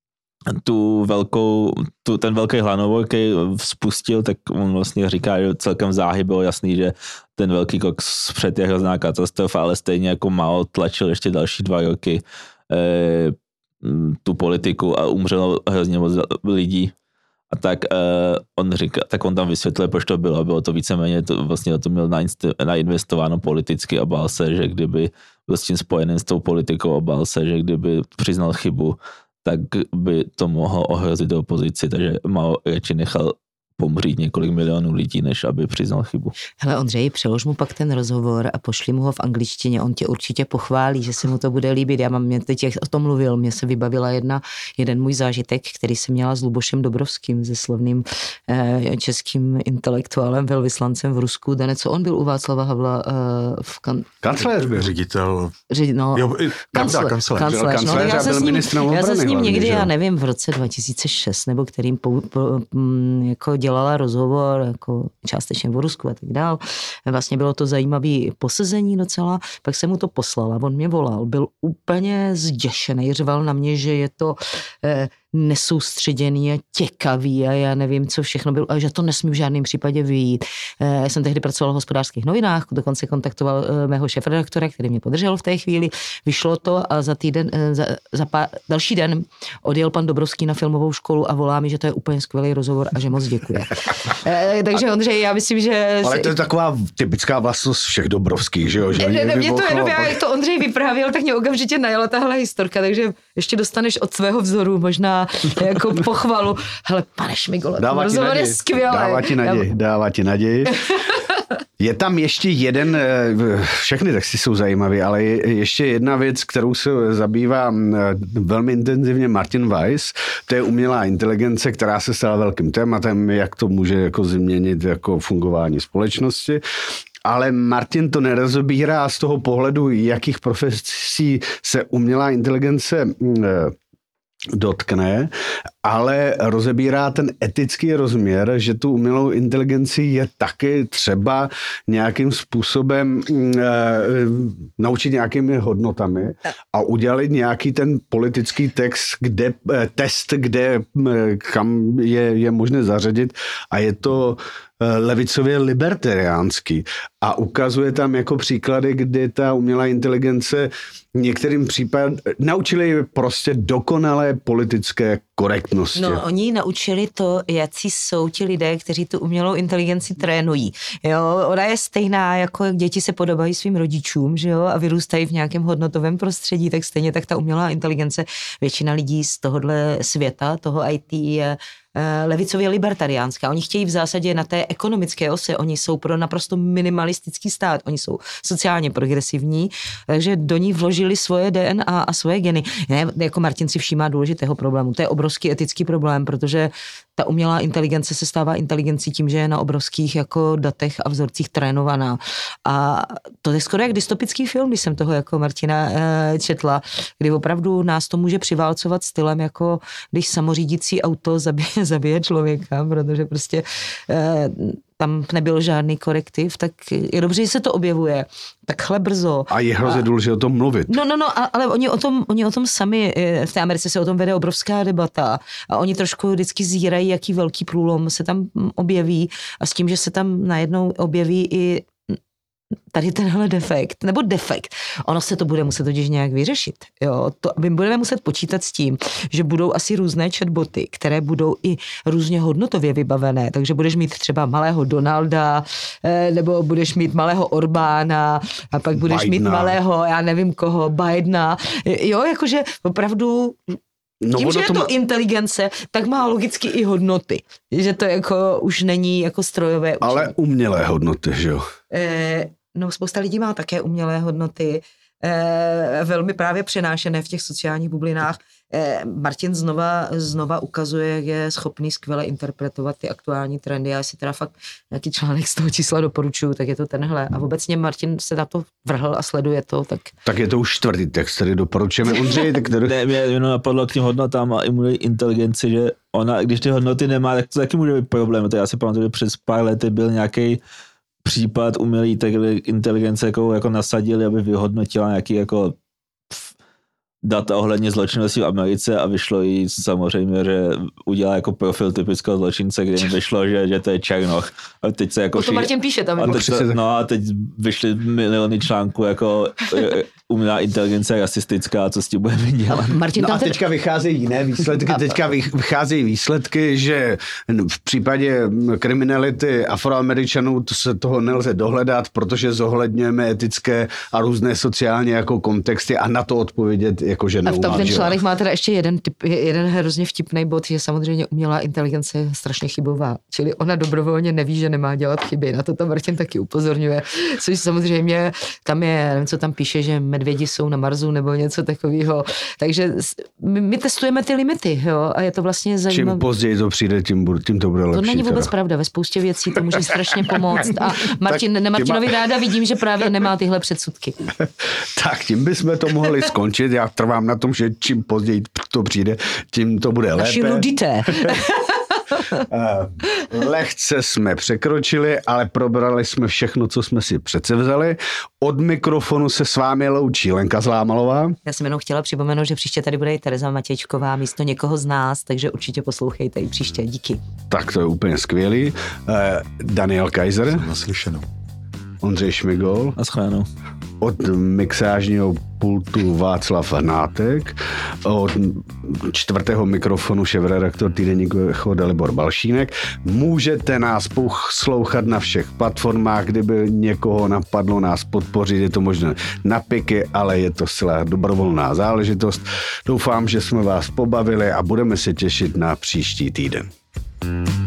ten velký hlanovor, který spustil, tak on vlastně říká, že celkem záhy bylo jasný, že ten velký krok zpřed je hrozná katastrofa, ale stejně jako Mao tlačil ještě další 2 roky tu politiku a umřelo hrozně moc lidí. A tak on tam vysvětlil, proč to bylo. Bylo to víceméně, vlastně to měl nainvestováno politicky a bál se, že kdyby byl s tím spojený s tou politikou a bál se, že kdyby přiznal chybu, tak by to mohlo ohrozit opozici. Takže Mao radši nechal pomřít několik milionů lidí, než aby přiznal chybu. Hele Ondřej, přelož mu pak ten rozhovor a pošli mu ho v angličtině, on tě určitě pochválí, že se mu to bude líbit. Mě teď o tom mluvil, mě se vybavila jeden můj zážitek, který jsem měla s Lubošem Dobrovským, se slavným českým intelektuálem, velvyslancem v Rusku. Dane, co on byl u Václava Havla v kancléř byl. Ředitel. Kancléř. No, já se s ním někdy, já nevím, v roce 2006 nebo kterým jako dělala rozhovor jako částečně v Rusku a tak dál. Vlastně bylo to zajímavé posezení docela, pak jsem mu to poslala, on mě volal, byl úplně zděšený, řval na mě, že je to nesoustředěný a těkavý a já nevím, co všechno bylo, a že to nesmí v žádném případě vyjít. Já jsem tehdy pracovala v Hospodářských novinách, dokonce kontaktoval mého šéfredaktora, který mě podržel v té chvíli, vyšlo to a další den odjel pan Dobrovský na filmovou školu a volá mi, že to je úplně skvělý rozhovor a že moc děkuje. Takže Ondřej, já myslím, že... Ale to je taková typická vlastnost všech Dobrovských, že jo? Že mě to jenom, jak to Ondřej vyprávěl, tak mě okamžitě najela tahle historka, takže ještě dostaneš od svého vzoru možná jako pochvalu. Hele, pane Šmigole, rozhovor je skvělý. Dává ti naději. Je tam ještě jeden, všechny texty jsou zajímavé, ale je ještě jedna věc, kterou se zabývá velmi intenzivně Martin Weiss, to je umělá inteligence, která se stala velkým tématem, jak to může jako změnit jako fungování společnosti. Ale Martin to nerozebírá z toho pohledu, jakých profesí se umělá inteligence dotkne, ale rozebírá ten etický rozměr, že tu umělou inteligenci je taky třeba nějakým způsobem naučit nějakými hodnotami a udělat nějaký ten politický test, kde kam je možné zařadit a je to levicově libertariánský a ukazuje tam jako příklady, kdy ta umělá inteligence některým případem naučili prostě dokonalé politické korektnosti. No, oni naučili to, jací jsou ti lidé, kteří tu umělou inteligenci trénují. Jo, ona je stejná, jako jak děti se podobají svým rodičům, že jo, a vyrůstají v nějakém hodnotovém prostředí, tak stejně tak ta umělá inteligence, většina lidí z tohohle světa, toho IT levicově libertariánská. Oni chtějí v zásadě na té ekonomické ose, oni jsou pro naprosto minimalistický stát, oni jsou sociálně progresivní, takže do ní vložili svoje DNA a svoje geny. Ne, jako Martin si všímá důležitého problému. To je obrovský etický problém, protože ta umělá inteligence se stává inteligencí tím, že je na obrovských jako datech a vzorcích trénovaná. A to je skoro jak dystopický film, když jsem toho jako Martina četla, kdy opravdu nás to může přiválcovat stylem, jako když samořídící auto zabije člověka, protože prostě tam nebyl žádný korektiv, tak je dobře, že se to objevuje takhle brzo. A je hrozně důležité o tom mluvit. Ale oni o tom sami, v té Americe se o tom vede obrovská debata a oni trošku vždycky zírají, jaký velký průlom se tam objeví a s tím, že se tam najednou objeví i tady tenhle defekt, ono se to bude muset totiž nějak vyřešit. Jo? My budeme muset počítat s tím, že budou asi různé chatboty, které budou i různě hodnotově vybavené, takže budeš mít třeba malého Donalda, nebo budeš mít malého Orbána, a pak budeš mít malého, já nevím koho, Bidena. Jo, jakože opravdu tím, že je to inteligence, tak má logicky i hodnoty. Že to jako už není jako strojové učení. Ale umělé hodnoty, že jo? No, spousta lidí má také umělé hodnoty, velmi právě přenášené v těch sociálních bublinách. Martin znova ukazuje, jak je schopný skvěle interpretovat ty aktuální trendy. Já si teda fakt nějaký článek z toho čísla doporučuju, tak je to tenhle. A obecně Martin se na to vrhl a sleduje to. Tak je to už čtvrtý text, který doporučujeme. Ondřej, Ne, mě jenom napadlo k těm hodnotám a imunitní inteligenci, že ona, když ty hodnoty nemá, tak to taky může být problém. To já si pamatuju, že přes pár lety byl nějaký případ umělé inteligence, jako nasadili, aby vyhodnotila nějaký jako data ohledně zločinnosti v Americe a vyšlo jí samozřejmě, že udělala jako profil typického zločince, kde jim vyšlo, že to je Černoch. A teď se jako to Martin píše tam. A teď vyšly miliony článků jako umělá inteligence rasistická, co s tím budeme dělat. A teďka vycházejí jiné výsledky. Teďka vycházejí výsledky, že v případě kriminality Afroameričanů se toho nelze dohledat, protože zohledňujeme etické a různé sociálně jako kontexty a na to odpovědět jakože neumá. A v ten článek má teda ještě jeden hrozně vtipný bod, že samozřejmě umělá inteligence je strašně chybová. Čili ona dobrovolně neví, že nemá dělat chyby. Na to tam Martin taky upozorňuje. Což samozřejmě tam je, nevím, co tam píše, že medvědi jsou na Marsu nebo něco takového. Takže my testujeme ty limity, jo, a je to vlastně zajímavé. Čím později to přijde, tím to bude lepší. To není vůbec pravda, ve spoustě věcí to může strašně pomoct. A Martinovi ráda vidím, že právě nemá tyhle předsudky. Tak tím bychom to mohli skončit. Já trvám na tom, že čím později to přijde, tím to bude lépe. Naši ludité. Lehce jsme překročili, ale probrali jsme všechno, co jsme si předsevzali. Od mikrofonu se s vámi loučí Lenka Zlámalová. Já jsem jenom chtěla připomenout, že příště tady bude i Tereza Matějčková místo někoho z nás, takže určitě poslouchejte i příště. Díky. Tak to je úplně skvělý. Daniel Kaiser. Naslyšenou. Ondřej Šmigol. Naschledanou. Od mixážního pultu Václav Hnátek, od čtvrtého mikrofonu šéfredaktor týdeníku Echo Dalibor Balšínek. Můžete nás poslouchat na všech platformách, kdyby někoho napadlo nás podpořit, je to možné na piky, ale je to zcela dobrovolná záležitost. Doufám, že jsme vás pobavili a budeme se těšit na příští týden.